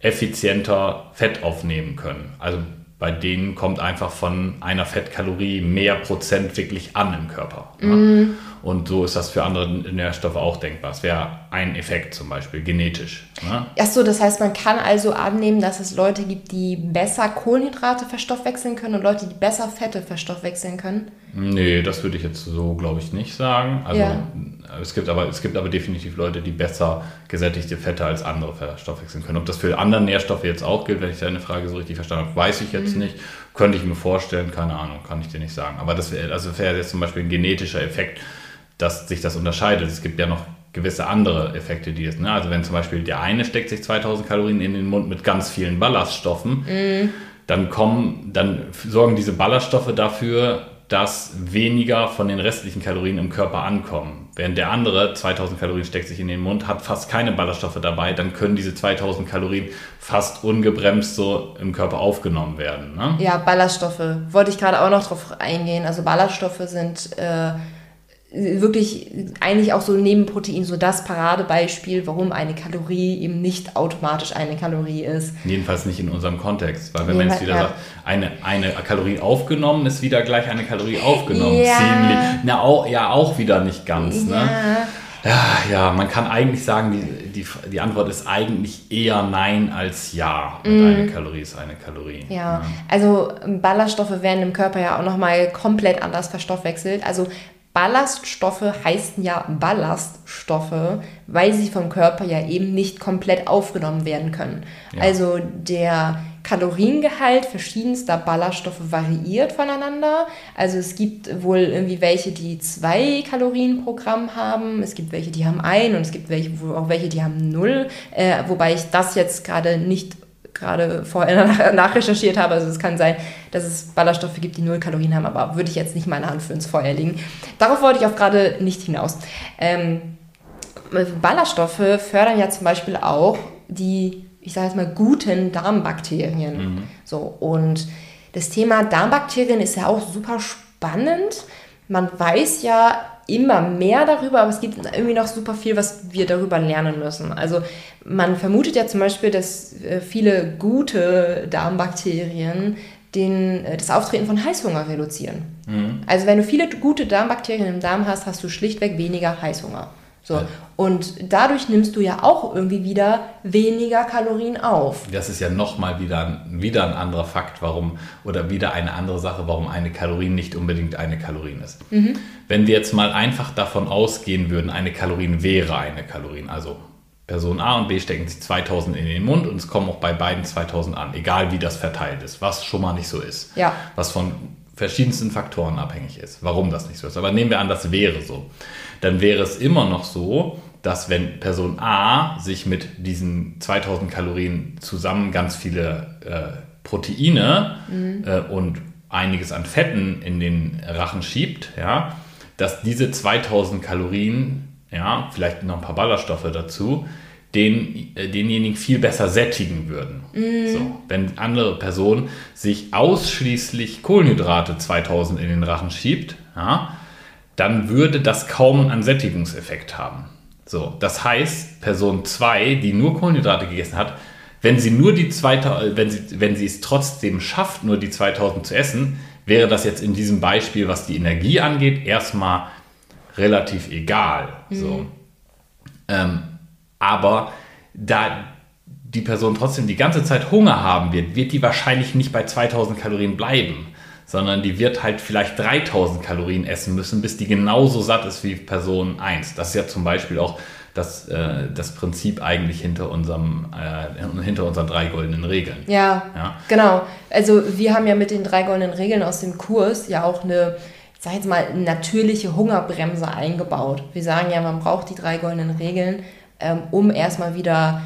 effizienter Fett aufnehmen können. Also bei denen kommt einfach von einer Fettkalorie mehr Prozent wirklich an im Körper. Ne? Mm. Und so ist das für andere Nährstoffe auch denkbar. Es wäre ein Effekt zum Beispiel, genetisch. Ne? Achso, das heißt, man kann also annehmen, dass es Leute gibt, die besser Kohlenhydrate verstoffwechseln können und Leute, die besser Fette verstoffwechseln können? Nee, das würde ich jetzt so, glaube ich, nicht sagen. Also ja. es gibt aber, es gibt aber definitiv Leute, die besser gesättigte Fette als andere verstoffwechseln können. Ob das für andere Nährstoffe jetzt auch gilt, wenn ich deine Frage so richtig verstanden habe, weiß ich jetzt mhm. nicht. Könnte ich mir vorstellen, keine Ahnung, kann ich dir nicht sagen. Aber das wäre also wäre jetzt zum Beispiel ein genetischer Effekt, dass sich das unterscheidet. Es gibt ja noch gewisse andere Effekte, die es, ne? Also wenn zum Beispiel der eine steckt sich zweitausend Kalorien in den Mund mit ganz vielen Ballaststoffen, mm. dann kommen, dann sorgen diese Ballaststoffe dafür, dass weniger von den restlichen Kalorien im Körper ankommen. Während der andere zweitausend Kalorien steckt sich in den Mund, hat fast keine Ballaststoffe dabei, dann können diese zweitausend Kalorien fast ungebremst so im Körper aufgenommen werden. Ne? Ja, Ballaststoffe. Wollte ich gerade auch noch drauf eingehen. Also Ballaststoffe sind äh, wirklich eigentlich auch so neben Protein so das Paradebeispiel, warum eine Kalorie eben nicht automatisch eine Kalorie ist. Jedenfalls nicht in unserem Kontext, weil wenn man jetzt wieder ja. sagt, eine, eine Kalorie aufgenommen ist wieder gleich eine Kalorie aufgenommen. Ja. Ziemlich, na, auch, ja auch wieder nicht ganz. Ja. Ne? Ja, ja, man kann eigentlich sagen, die, die, die Antwort ist eigentlich eher Nein als Ja. Mit mm. Eine Kalorie ist eine Kalorie. Ja. ja, also Ballaststoffe werden im Körper ja auch nochmal komplett anders verstoffwechselt. Also Ballaststoffe heißen ja Ballaststoffe, weil sie vom Körper ja eben nicht komplett aufgenommen werden können. Ja. Also der Kaloriengehalt verschiedenster Ballaststoffe variiert voneinander. Also es gibt wohl irgendwie welche, die zwei Kalorien pro Gramm haben. Es gibt welche, die haben ein und es gibt welche, wo auch welche, die haben null. Äh, wobei ich das jetzt gerade nicht gerade vorher nach, nachrecherchiert habe. Also es kann sein, dass es Ballaststoffe gibt, die null Kalorien haben, aber würde ich jetzt nicht meine Hand für ins Feuer legen. Darauf wollte ich auch gerade nicht hinaus. Ähm, Ballaststoffe fördern ja zum Beispiel auch die, ich sage jetzt mal, guten Darmbakterien. Mhm. So, und das Thema Darmbakterien ist ja auch super spannend. Man weiß ja immer mehr darüber, aber es gibt irgendwie noch super viel, was wir darüber lernen müssen. Also man vermutet ja zum Beispiel, dass viele gute Darmbakterien den, das Auftreten von Heißhunger reduzieren. Mhm. Also wenn du viele gute Darmbakterien im Darm hast, hast du schlichtweg weniger Heißhunger. So. Ja. Und dadurch nimmst du ja auch irgendwie wieder weniger Kalorien auf. Das ist ja nochmal wieder, wieder ein anderer Fakt, warum, oder wieder eine andere Sache, warum eine Kalorie nicht unbedingt eine Kalorin ist. Mhm. Wenn wir jetzt mal einfach davon ausgehen würden, eine Kalorin wäre eine Kalorin, also Person A und B stecken sich zweitausend in den Mund und es kommen auch bei beiden zweitausend an, egal wie das verteilt ist, was schon mal nicht so ist. Ja. Was von verschiedensten Faktoren abhängig ist, warum das nicht so ist. Aber nehmen wir an, das wäre so. Dann wäre es immer noch so, dass wenn Person A sich mit diesen zweitausend Kalorien zusammen ganz viele äh, Proteine mhm. äh, und einiges an Fetten in den Rachen schiebt, ja, dass diese zweitausend Kalorien, ja, vielleicht noch ein paar Ballaststoffe dazu, den, äh, denjenigen viel besser sättigen würden. Mhm. So, wenn andere Person sich ausschließlich Kohlenhydrate zweitausend in den Rachen schiebt, ja, dann würde das kaum einen Sättigungseffekt haben. So, das heißt, Person zwei, die nur Kohlenhydrate gegessen hat, wenn sie nur die zweitausend, wenn sie, wenn sie es trotzdem schafft, nur die zweitausend zu essen, wäre das jetzt in diesem Beispiel, was die Energie angeht, erstmal relativ egal. Mhm. So. Ähm, aber da die Person trotzdem die ganze Zeit Hunger haben wird, wird die wahrscheinlich nicht bei zweitausend Kalorien bleiben, sondern die wird halt vielleicht dreitausend Kalorien essen müssen, bis die genauso satt ist wie Person eins. Das ist ja zum Beispiel auch das, äh, das Prinzip eigentlich hinter, unserem, äh, hinter unseren drei goldenen Regeln. Ja, ja, genau. Also wir haben ja mit den drei goldenen Regeln aus dem Kurs ja auch eine, ich sag jetzt mal, natürliche Hungerbremse eingebaut. Wir sagen ja, man braucht die drei goldenen Regeln, ähm, um erstmal wieder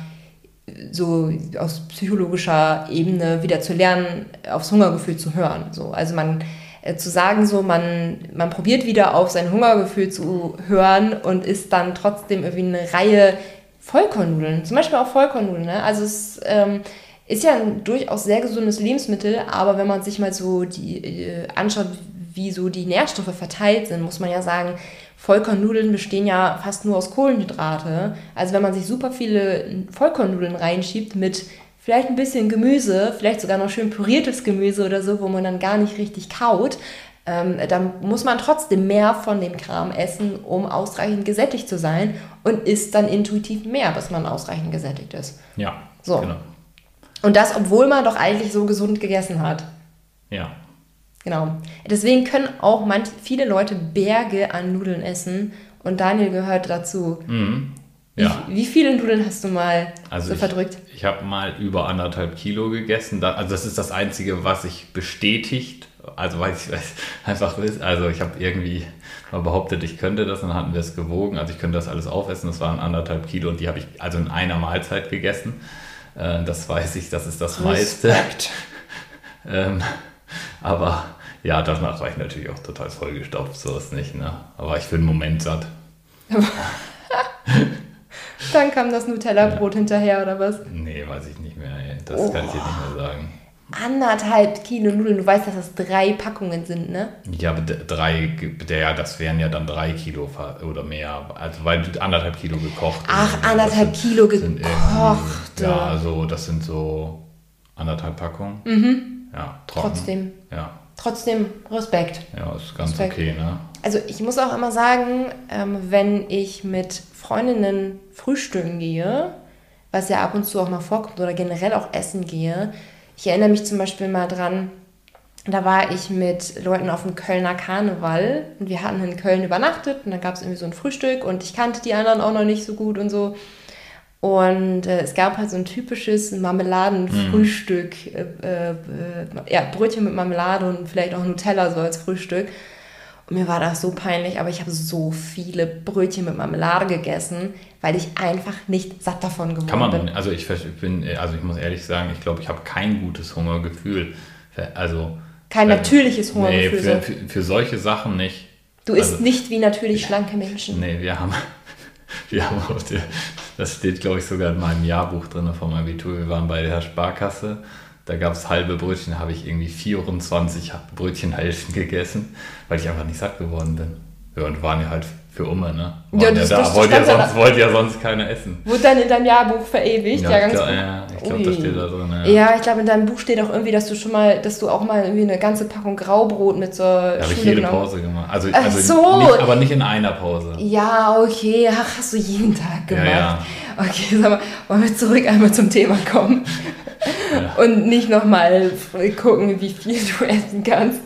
so aus psychologischer Ebene wieder zu lernen, aufs Hungergefühl zu hören. So, also man äh, zu sagen, so man, man probiert wieder auf sein Hungergefühl zu hören und isst dann trotzdem irgendwie eine Reihe Vollkornnudeln, zum Beispiel auch Vollkornnudeln. Ne? Also es ähm, ist ja ein durchaus sehr gesundes Lebensmittel, aber wenn man sich mal so die äh, anschaut, wie so die Nährstoffe verteilt sind, muss man ja sagen, Vollkornnudeln bestehen ja fast nur aus Kohlenhydrate. Also wenn man sich super viele Vollkornnudeln reinschiebt mit vielleicht ein bisschen Gemüse, vielleicht sogar noch schön püriertes Gemüse oder so, wo man dann gar nicht richtig kaut, ähm, dann muss man trotzdem mehr von dem Kram essen, um ausreichend gesättigt zu sein und isst dann intuitiv mehr, bis man ausreichend gesättigt ist. Ja, so. Genau. Und das, obwohl man doch eigentlich so gesund gegessen hat. Ja. Genau. Deswegen können auch manch, viele Leute Berge an Nudeln essen und Daniel gehört dazu. Mhm. Ja. Wie, wie viele Nudeln hast du mal also so ich, verdrückt? Ich habe mal über anderthalb Kilo gegessen. Da, also das ist das Einzige, was sich bestätigt. Also weil ich weiß, einfach ist. Also ich habe irgendwie mal behauptet, ich könnte das, dann hatten wir es gewogen. Also ich könnte das alles aufessen. Das waren anderthalb Kilo und die habe ich also in einer Mahlzeit gegessen. Äh, das weiß ich, das ist das meiste. ähm, aber ja, danach war ich natürlich auch total vollgestopft. So ist nicht, ne? Aber ich für den Moment satt. Dann kam das Nutella-Brot ja. hinterher, oder was? Nee, weiß ich nicht mehr. Ey. Das oh. kann ich dir nicht mehr sagen. Anderthalb Kilo Nudeln. Du weißt, dass das drei Packungen sind, ne? Ja, aber drei, ja, das wären ja dann drei Kilo oder mehr. Also, weil anderthalb Kilo gekocht. Ach, anderthalb sind, Kilo gekocht. Ja, also das sind so anderthalb Packungen. Mhm. Ja, trocken. Trotzdem. Ja. Trotzdem Respekt. Ja, ist ganz Respekt. okay, ne? Also ich muss auch immer sagen, ähm, wenn ich mit Freundinnen frühstücken gehe, was ja ab und zu auch mal vorkommt, oder generell auch essen gehe, ich erinnere mich zum Beispiel mal dran, da war ich mit Leuten auf dem Kölner Karneval und wir hatten in Köln übernachtet und dann gab es irgendwie so ein Frühstück und ich kannte die anderen auch noch nicht so gut und so. Und äh, es gab halt so ein typisches Marmeladenfrühstück, mm. äh, äh, ja, Brötchen mit Marmelade und vielleicht auch Nutella so als Frühstück. Und mir war das so peinlich, aber ich habe so viele Brötchen mit Marmelade gegessen, weil ich einfach nicht satt davon geworden Kann man, bin. Also ich bin, also ich muss ehrlich sagen, ich glaube, ich habe kein gutes Hungergefühl. Also kein äh, natürliches Hungergefühl. Nee, für, für, für solche Sachen nicht. Du isst also, nicht wie natürlich schlanke Menschen. Nee, wir haben, wir haben auch die, das steht, glaube ich, sogar in meinem Jahrbuch drin vom Abitur. Wir waren bei der Sparkasse. Da gab es halbe Brötchen, da habe ich irgendwie vierundzwanzig Brötchenhälften gegessen, weil ich einfach nicht satt geworden bin. Ja, und waren ja halt für Umme, ne? Waren ja, das, ja da, das wollte ja, sonst, wollte ja sonst keiner essen. Wurde dann in deinem Jahrbuch verewigt? Ja, ja, ganz klar, ja ich glaube, das steht da drin. Ja, ja ich glaube, in deinem Buch steht auch irgendwie, dass du schon mal, dass du auch mal irgendwie eine ganze Packung Graubrot mit zur da habe ich jede genommen. Pause gemacht. Also, Ach also so. nicht, aber nicht in einer Pause. Ja, okay. Ach, hast du jeden Tag gemacht. Ja, ja. Okay, sag mal, wollen wir zurück einmal zum Thema kommen? Ja. Und nicht nochmal gucken, wie viel du essen kannst.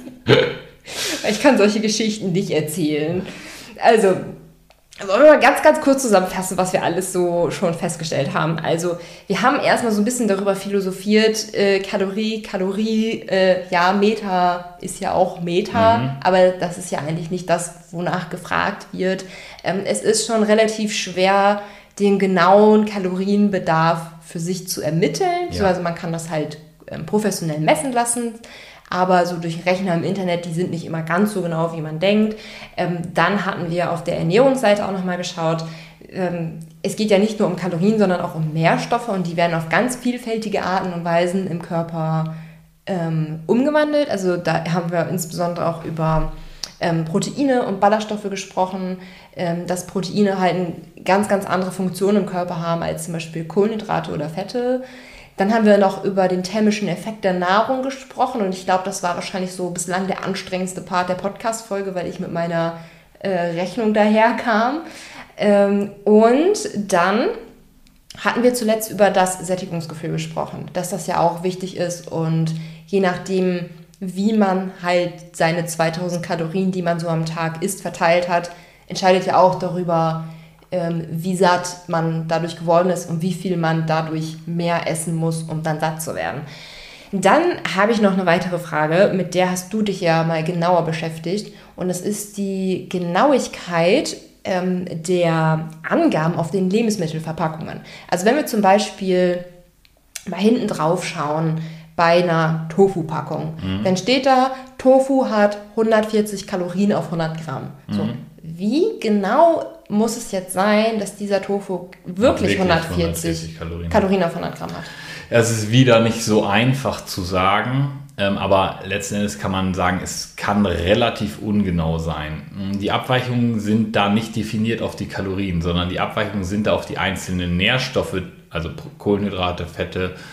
Ich kann solche Geschichten nicht erzählen. Also, wollen wir mal ganz, ganz kurz zusammenfassen, was wir alles so schon festgestellt haben. Also, wir haben erstmal so ein bisschen darüber philosophiert, äh, Kalorie, Kalorie, äh, ja, Meta ist ja auch Meta, mhm. aber das ist ja eigentlich nicht das, wonach gefragt wird. Ähm, es ist schon relativ schwer, den genauen Kalorienbedarf für sich zu ermitteln. Ja. Also man kann das halt ähm, professionell messen lassen, aber so durch Rechner im Internet, die sind nicht immer ganz so genau, wie man denkt. Ähm, dann hatten wir auf der Ernährungsseite auch nochmal geschaut, ähm, es geht ja nicht nur um Kalorien, sondern auch um Nährstoffe und die werden auf ganz vielfältige Arten und Weisen im Körper ähm, umgewandelt. Also da haben wir insbesondere auch über ähm, Proteine und Ballaststoffe gesprochen, ähm, dass Proteine halt eine ganz, ganz andere Funktionen im Körper haben als zum Beispiel Kohlenhydrate oder Fette. Dann haben wir noch über den thermischen Effekt der Nahrung gesprochen und ich glaube, das war wahrscheinlich so bislang der anstrengendste Part der Podcast-Folge, weil ich mit meiner äh, Rechnung daherkam. Ähm, und dann hatten wir zuletzt über das Sättigungsgefühl gesprochen, dass das ja auch wichtig ist und je nachdem, wie man halt seine zweitausend Kalorien, die man so am Tag isst, verteilt hat, entscheidet ja auch darüber, ähm, wie satt man dadurch geworden ist und wie viel man dadurch mehr essen muss, um dann satt zu werden. Dann habe ich noch eine weitere Frage, mit der hast du dich ja mal genauer beschäftigt und das ist die Genauigkeit ähm, der Angaben auf den Lebensmittelverpackungen. Also wenn wir zum Beispiel mal hinten drauf schauen, bei einer Tofu-Packung. Mhm. Dann steht da, Tofu hat hundertvierzig Kalorien auf hundert Gramm. Mhm. So, wie genau muss es jetzt sein, dass dieser Tofu wirklich, wirklich hundertvierzig, hundertvierzig Kalorien. Kalorien auf hundert Gramm hat? Es ist wieder nicht so einfach zu sagen, ähm, aber letzten Endes kann man sagen, es kann relativ ungenau sein. Die Abweichungen sind da nicht definiert auf die Kalorien, sondern die Abweichungen sind da auf die einzelnen Nährstoffe, also Kohlenhydrate, Fette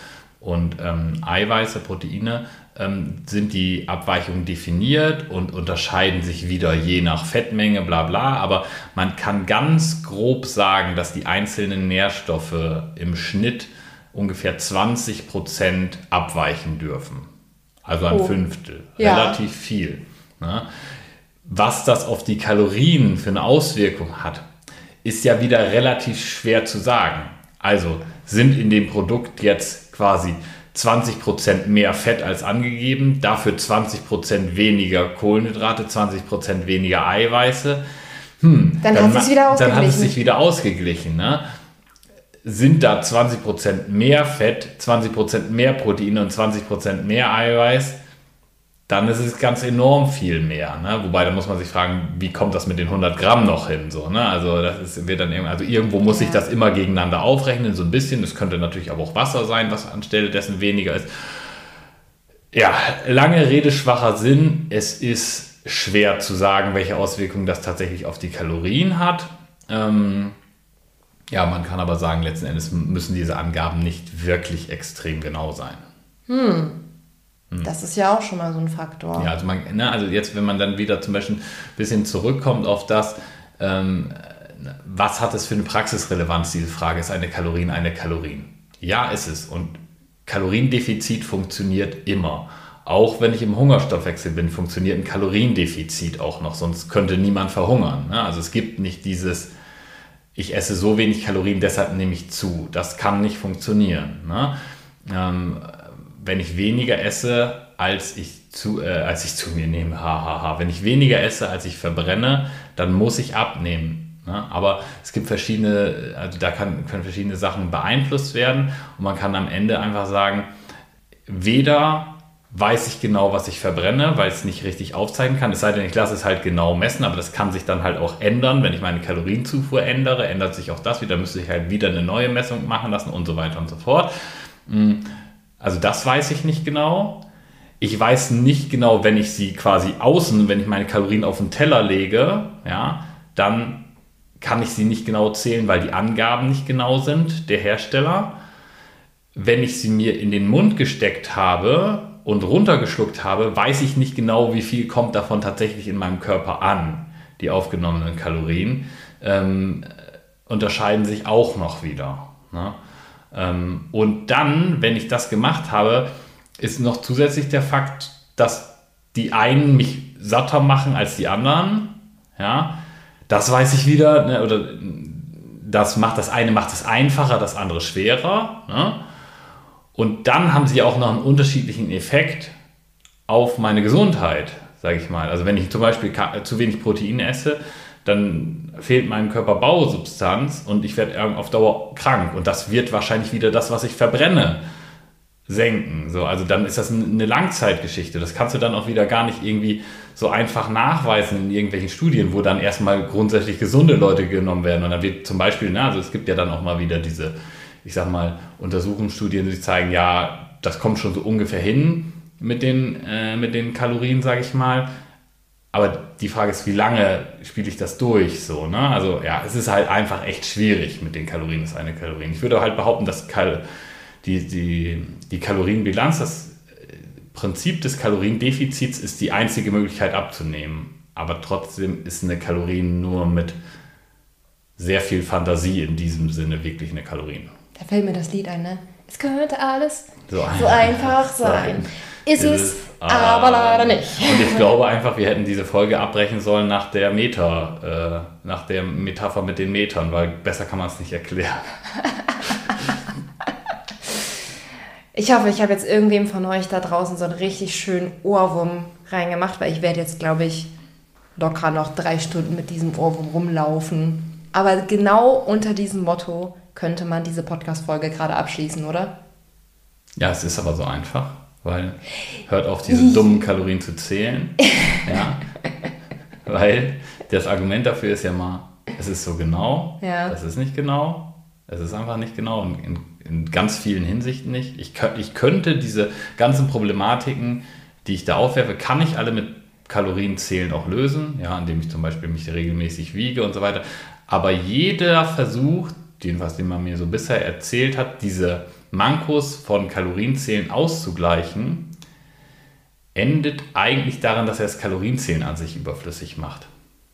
und ähm, Eiweiße, Proteine, ähm, sind die Abweichungen definiert und unterscheiden sich wieder je nach Fettmenge, bla bla. Aber man kann ganz grob sagen, dass die einzelnen Nährstoffe im Schnitt ungefähr zwanzig Prozent abweichen dürfen. Also ein Oh. Fünftel. Ja. Relativ viel. Ne? Was das auf die Kalorien für eine Auswirkung hat, ist ja wieder relativ schwer zu sagen. Also sind in dem Produkt jetzt quasi zwanzig Prozent mehr Fett als angegeben, dafür zwanzig Prozent weniger Kohlenhydrate, zwanzig Prozent weniger Eiweiße. Hm, Dann hat sich's wieder Dann hat es ausgeglichen. sich wieder ausgeglichen. Ne? Sind da zwanzig Prozent mehr Fett, zwanzig Prozent mehr Proteine und zwanzig Prozent mehr Eiweiß, dann ist es ganz enorm viel mehr. Ne? Wobei, da muss man sich fragen, wie kommt das mit den hundert Gramm noch hin? So, ne? Also das ist, wird dann irgendwie, also irgendwo muss sich Ja. das immer gegeneinander aufrechnen, so ein bisschen. Das könnte natürlich aber auch Wasser sein, was anstelle dessen weniger ist. Ja, lange Rede, schwacher Sinn. Es ist schwer zu sagen, welche Auswirkungen das tatsächlich auf die Kalorien hat. Ähm, ja, man kann aber sagen, letzten Endes müssen diese Angaben nicht wirklich extrem genau sein. Das ist ja auch schon mal so ein Faktor. Ja, also, man, ne, also jetzt, wenn man dann wieder zum Beispiel ein bisschen zurückkommt auf das, ähm, was hat es für eine Praxisrelevanz, diese Frage, ist eine Kalorien eine Kalorien? Ja, ist es. Und Kaloriendefizit funktioniert immer. Auch wenn ich im Hungerstoffwechsel bin, funktioniert ein Kaloriendefizit auch noch, sonst könnte niemand verhungern. Ne? Also es gibt nicht dieses, ich esse so wenig Kalorien, deshalb nehme ich zu. Das kann nicht funktionieren. Ne? Ähm, wenn ich weniger esse, als ich zu, äh, als ich zu mir nehme, hahaha. Wenn ich weniger esse, als ich verbrenne, dann muss ich abnehmen. Ne? Aber es gibt verschiedene, also da kann, können verschiedene Sachen beeinflusst werden und man kann am Ende einfach sagen, weder weiß ich genau, was ich verbrenne, weil ich es nicht richtig aufzeichnen kann, es sei denn, ich lasse es halt genau messen, aber das kann sich dann halt auch ändern, wenn ich meine Kalorienzufuhr ändere, ändert sich auch das wieder, müsste ich halt wieder eine neue Messung machen lassen und so weiter und so fort. Also das weiß ich nicht genau. Ich weiß nicht genau, wenn ich sie quasi außen, wenn ich meine Kalorien auf den Teller lege, ja, dann kann ich sie nicht genau zählen, weil die Angaben nicht genau sind, der Hersteller. Wenn ich sie mir in den Mund gesteckt habe und runtergeschluckt habe, weiß ich nicht genau, wie viel kommt davon tatsächlich in meinem Körper an. Die aufgenommenen Kalorien ähm, unterscheiden sich auch noch wieder. Ne? Ähm, und dann, wenn ich das gemacht habe, ist noch zusätzlich der Fakt, dass die einen mich satter machen als die anderen. Ja, das weiß ich wieder. Ne? Oder das macht das eine macht es einfacher, das andere schwerer. Ne? Und dann haben sie auch noch einen unterschiedlichen Effekt auf meine Gesundheit, sage ich mal. Also wenn ich zum Beispiel zu wenig Protein esse, dann fehlt meinem Körper Bausubstanz und ich werde auf Dauer krank. Und das wird wahrscheinlich wieder das, was ich verbrenne, senken. So, also dann ist das eine Langzeitgeschichte. Das kannst du dann auch wieder gar nicht irgendwie so einfach nachweisen in irgendwelchen Studien, wo dann erstmal grundsätzlich gesunde Leute genommen werden. Und dann wird zum Beispiel, na, also es gibt ja dann auch mal wieder diese, ich sag mal, Untersuchungsstudien, die zeigen, ja, das kommt schon so ungefähr hin mit den, äh, mit den Kalorien, sage ich mal. Aber die Frage ist, wie lange spiele ich das durch? So, ne? Also ja, es ist halt einfach echt schwierig mit den Kalorien, das eine Kalorien. Ich würde halt behaupten, dass Kal- die, die, die Kalorienbilanz, das Prinzip des Kaloriendefizits ist die einzige Möglichkeit abzunehmen. Aber trotzdem ist eine Kalorien nur mit sehr viel Fantasie in diesem Sinne wirklich eine Kalorien. Da fällt mir das Lied ein, ne? Es könnte alles So, so einfach sein. Ist es, aber leider nicht. Und ich glaube einfach, wir hätten diese Folge abbrechen sollen nach der Meta, äh, nach der Metapher mit den Metern, weil besser kann man es nicht erklären. Ich hoffe, ich habe jetzt irgendwem von euch da draußen so einen richtig schönen Ohrwurm reingemacht, weil ich werde jetzt, glaube ich, locker noch drei Stunden mit diesem Ohrwurm rumlaufen. Aber genau unter diesem Motto könnte man diese Podcast-Folge gerade abschließen, oder? Ja, es ist aber so einfach, weil hört auf, diese dummen Kalorien zu zählen. Ja, weil das Argument dafür ist ja mal, es ist so genau, Ja. das ist nicht genau, es ist einfach nicht genau und in, in ganz vielen Hinsichten nicht. Ich, könnt, ich könnte diese ganzen Problematiken, die ich da aufwerfe, kann ich alle mit Kalorienzählen auch lösen, ja, indem ich zum Beispiel mich regelmäßig wiege und so weiter. Aber jeder Versuch, jedenfalls den man mir so bisher erzählt hat, diese Mankos von Kalorienzählen auszugleichen, endet eigentlich daran, dass er das Kalorienzählen an sich überflüssig macht.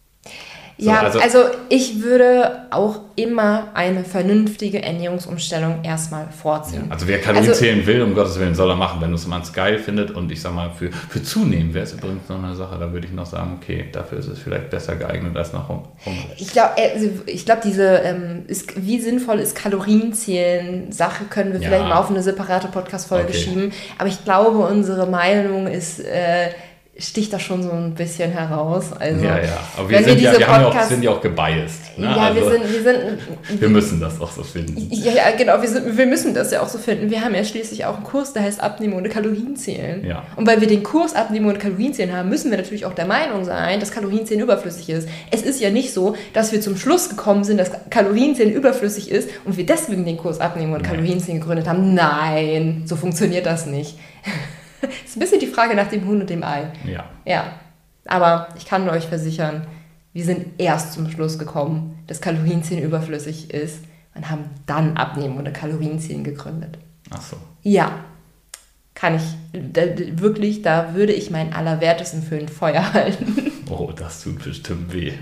So, ja, also, also ich würde auch immer eine vernünftige Ernährungsumstellung erstmal vorziehen. Ja, also wer Kalorien also, zählen will, um Gottes Willen, soll er machen, wenn man es geil findet. Und ich sag mal, für, für Zunehmen wäre es übrigens noch eine Sache, da würde ich noch sagen, okay, dafür ist es vielleicht besser geeignet als nach Hunger. Ich glaube, also ich glaub, diese, ähm, ist, wie sinnvoll ist Kalorienzählen, Sache können wir Ja. vielleicht mal auf eine separate Podcast-Folge Okay. schieben. Aber ich glaube, unsere Meinung ist... Äh, sticht das schon so ein bisschen heraus. Also, Ja, ja, aber wenn wir, sind, wir ja, diese wir haben ja auch, Podcast- sind ja auch gebiased. Ne? Ja, also, wir sind, wir sind, wir müssen das auch so finden. ja, ja, genau, wir, sind, wir müssen das ja auch so finden. Wir haben ja schließlich auch einen Kurs, der heißt Abnehmen ohne Kalorien zählen. Ja. Und weil wir den Kurs Abnehmen ohne Kalorien zählen haben, müssen wir natürlich auch der Meinung sein, dass Kalorienzählen überflüssig ist. Es ist ja nicht so, dass wir zum Schluss gekommen sind, dass Kalorienzählen überflüssig ist und wir deswegen den Kurs Abnehmen ohne Kalorien zählen gegründet haben. Nein, so funktioniert das nicht. Das ist ein bisschen die Frage nach dem Huhn und dem Ei. Ja. Ja, aber ich kann euch versichern, wir sind erst zum Schluss gekommen, dass Kalorienzählen überflüssig ist und haben dann Abnehmen ohne Kalorienzählen gegründet. Ach so. Ja, kann ich. Da, wirklich, da würde ich meinen Allerwertesten für ein Feuer halten. Oh, das tut bestimmt weh.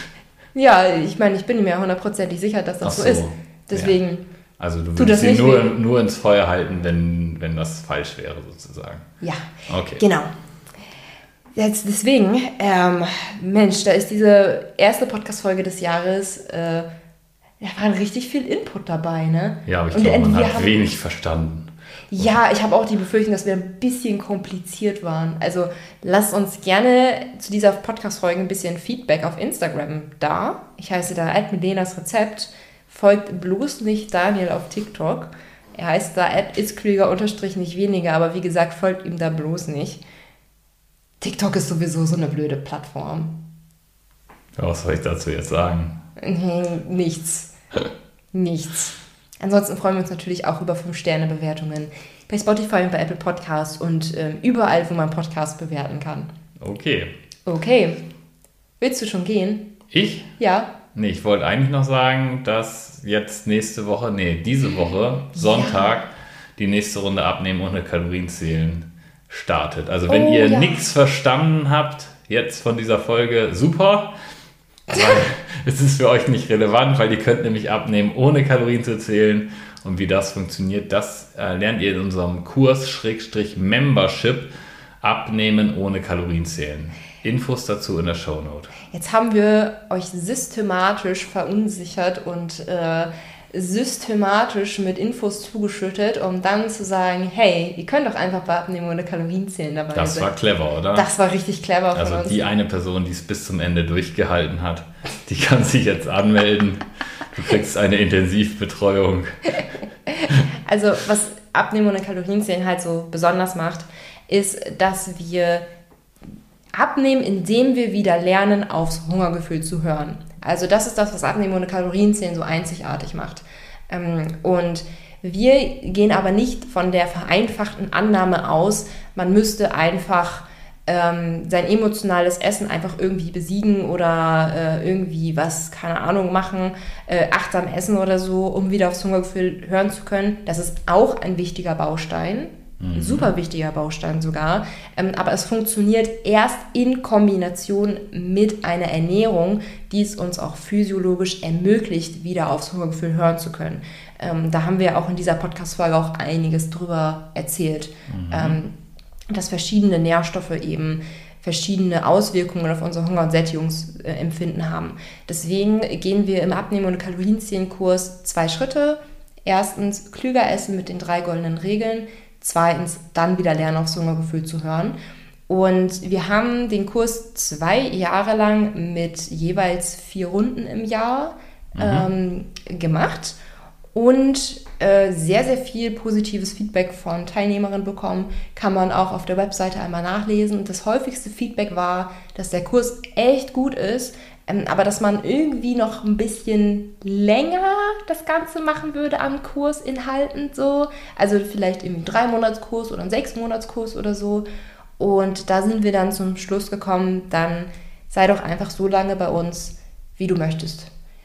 Ja, ich meine, ich bin mir hundertprozentig sicher, dass das Ach so so, ist. Deswegen, ja. Also du Tut das würdest sie nicht nur, weh? nur ins Feuer halten, wenn, wenn das falsch wäre, sozusagen. ja, Okay. genau. Jetzt deswegen, ähm, Mensch, da ist diese erste Podcast-Folge des Jahres, äh, da war richtig viel Input dabei, ne? Ja, aber ich Und glaube, man wir hat haben- wenig verstanden. Ja, ich habe auch die Befürchtung, dass wir ein bisschen kompliziert waren. Also lasst uns gerne zu dieser Podcast-Folge ein bisschen Feedback auf Instagram da. Ich heiße da at milenas Rezept. Folgt bloß nicht Daniel auf TikTok. Er heißt da at isklüger unterstrich nicht weniger, aber wie gesagt, folgt ihm da bloß nicht. TikTok ist sowieso so eine blöde Plattform. Ja, was soll ich dazu jetzt sagen? Nichts. Nichts. Ansonsten freuen wir uns natürlich auch über fünf Sterne Bewertungen bei Spotify und bei Apple Podcasts und ähm, überall, wo man Podcasts bewerten kann. Okay. Okay. Willst du schon gehen? Ich? Ja. Nee, ich wollte eigentlich noch sagen, dass jetzt nächste Woche, nee, diese Woche, Sonntag, die nächste Runde Abnehmen ohne Kalorien zählen startet. Also wenn Oh, ihr ja. nichts verstanden habt jetzt von dieser Folge, super. Weil es ist für euch nicht relevant, weil ihr könnt nämlich abnehmen, ohne Kalorien zu zählen. Und wie das funktioniert, das äh, lernt ihr in unserem Kurs Schrägstrich Membership Abnehmen ohne Kalorien zählen. Infos dazu in der Shownote. Jetzt haben wir euch systematisch verunsichert und äh, systematisch mit Infos zugeschüttet, um dann zu sagen, hey, ihr könnt doch einfach bei Abnehmen ohne Kalorien zählen dabei Das sein. war clever, oder? Das war richtig clever von Also uns. die eine Person, die es bis zum Ende durchgehalten hat, die kann sich jetzt anmelden. Du kriegst eine Intensivbetreuung. Also was Abnehmen ohne Kalorienzählen halt so besonders macht, ist, dass wir abnehmen, indem wir wieder lernen, aufs Hungergefühl zu hören. Also das ist das, was Abnehmen ohne Kalorienzählen so einzigartig macht. Ähm, Und wir gehen aber nicht von der vereinfachten Annahme aus, man müsste einfach ähm, sein emotionales Essen einfach irgendwie besiegen oder äh, irgendwie was, keine Ahnung, machen, äh, achtsam essen oder so, um wieder aufs Hungergefühl hören zu können. Das ist auch ein wichtiger Baustein, ein super wichtiger Baustein sogar, ähm, aber es funktioniert erst in Kombination mit einer Ernährung, die es uns auch physiologisch ermöglicht, wieder aufs Hungergefühl hören zu können. Ähm, da haben wir auch in dieser Podcast-Folge auch einiges drüber erzählt, mhm. ähm, dass verschiedene Nährstoffe eben verschiedene Auswirkungen auf unser Hunger- und Sättigungsempfinden haben. Deswegen gehen wir im Abnehmen- und Kalorienzählen-Kurs zwei Schritte. Erstens klüger essen mit den drei goldenen Regeln. Zweitens dann wieder lernen, aufs Hungergefühl zu hören. Und wir haben den Kurs zwei Jahre lang mit jeweils vier Runden im Jahr mhm. ähm, gemacht und äh, sehr, sehr viel positives Feedback von Teilnehmerinnen bekommen. Kann man auch auf der Webseite einmal nachlesen. Und das häufigste Feedback war, dass der Kurs echt gut ist, ähm, aber dass man irgendwie noch ein bisschen länger das Ganze machen würde am Kurs inhaltend so. Also vielleicht im Drei-Monats-Kurs oder einen Sechs-Monats-Kurs oder so. Und da sind wir dann zum Schluss gekommen, dann sei doch einfach so lange bei uns, wie du möchtest.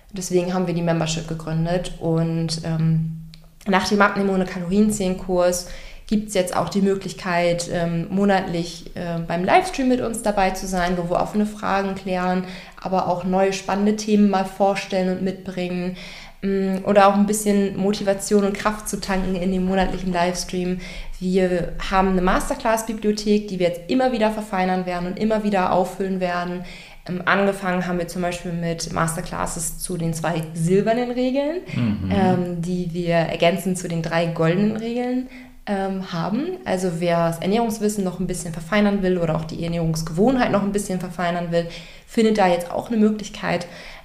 Deswegen haben wir die Membership gegründet. Und ähm, nach dem Abnehmen ohne Kalorienzählen-Kurs gibt es jetzt auch die Möglichkeit, ähm, monatlich äh, beim Livestream mit uns dabei zu sein, wo wir offene Fragen klären, aber auch neue spannende Themen mal vorstellen und mitbringen. Ähm, oder auch ein bisschen Motivation und Kraft zu tanken in dem monatlichen Livestream. Wir haben eine Masterclass-Bibliothek, die wir jetzt immer wieder verfeinern werden und immer wieder auffüllen werden. Ähm, angefangen haben wir zum Beispiel mit Masterclasses zu den zwei silbernen Regeln, mhm. ähm, die wir ergänzen zu den drei goldenen Regeln haben. Also wer das Ernährungswissen noch ein bisschen verfeinern will oder auch die Ernährungsgewohnheit noch ein bisschen verfeinern will, findet da jetzt auch eine Möglichkeit.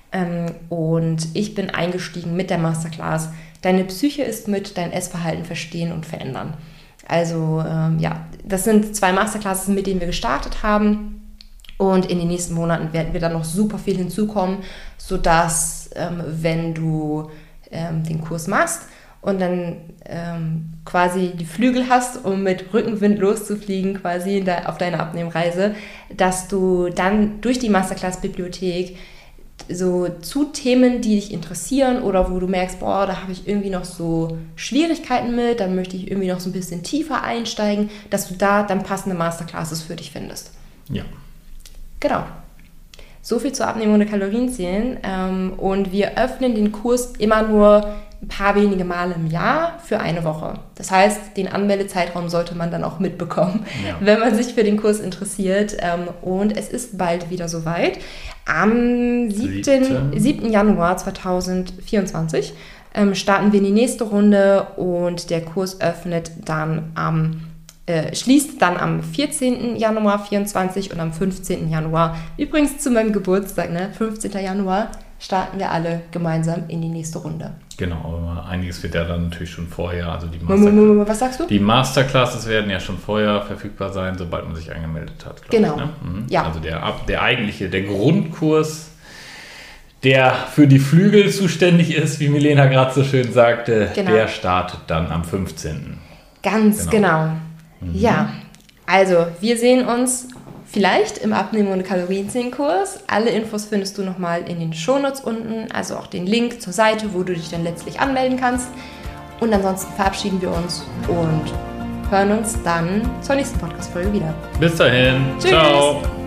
Und ich bin eingestiegen mit der Masterclass. Deine Psyche ist mit, dein Essverhalten verstehen und verändern. Also ja, das sind zwei Masterclasses, mit denen wir gestartet haben. Und in den nächsten Monaten werden wir dann noch super viel hinzukommen, sodass, wenn du den Kurs machst, und dann ähm, quasi die Flügel hast, um mit Rückenwind loszufliegen quasi in der, auf deiner Abnehmreise, dass du dann durch die Masterclass-Bibliothek so zu Themen, die dich interessieren oder wo du merkst, boah, da habe ich irgendwie noch so Schwierigkeiten mit, dann möchte ich irgendwie noch so ein bisschen tiefer einsteigen, dass du da dann passende Masterclasses für dich findest. Ja. Genau. So viel zu Abnehmen ohne Kalorienzählen. Ähm, und wir öffnen den Kurs immer nur ein paar wenige Male im Jahr für eine Woche. Das heißt, den Anmeldezeitraum sollte man dann auch mitbekommen, ja. wenn man sich für den Kurs interessiert. Und es ist bald wieder soweit. Am siebten Januar zweitausendvierundzwanzig starten wir in die nächste Runde und der Kurs öffnet dann am Äh, schließt dann am vierzehnten Januar vierundzwanzig und am fünfzehnten Januar, übrigens zu meinem Geburtstag, ne, fünfzehnten Januar, starten wir alle gemeinsam in die nächste Runde. Genau, aber einiges wird ja dann natürlich schon vorher, also die Masterclass, Was sagst du? Die Masterclasses werden ja schon vorher verfügbar sein, sobald man sich angemeldet hat. Genau, ich, ne? mhm. ja. Also der, der eigentliche, der Grundkurs, der für die Flügel zuständig ist, wie Milena gerade so schön sagte, genau. der startet dann am fünfzehnten Ganz genau. genau. Ja, also wir sehen uns vielleicht im Abnehmen ohne Kalorienzählen-Kurs. Alle Infos findest du nochmal in den Shownotes unten, also auch den Link zur Seite, wo du dich dann letztlich anmelden kannst. Und ansonsten verabschieden wir uns und hören uns dann zur nächsten Podcast-Folge wieder. Bis dahin. Tschüss. Ciao.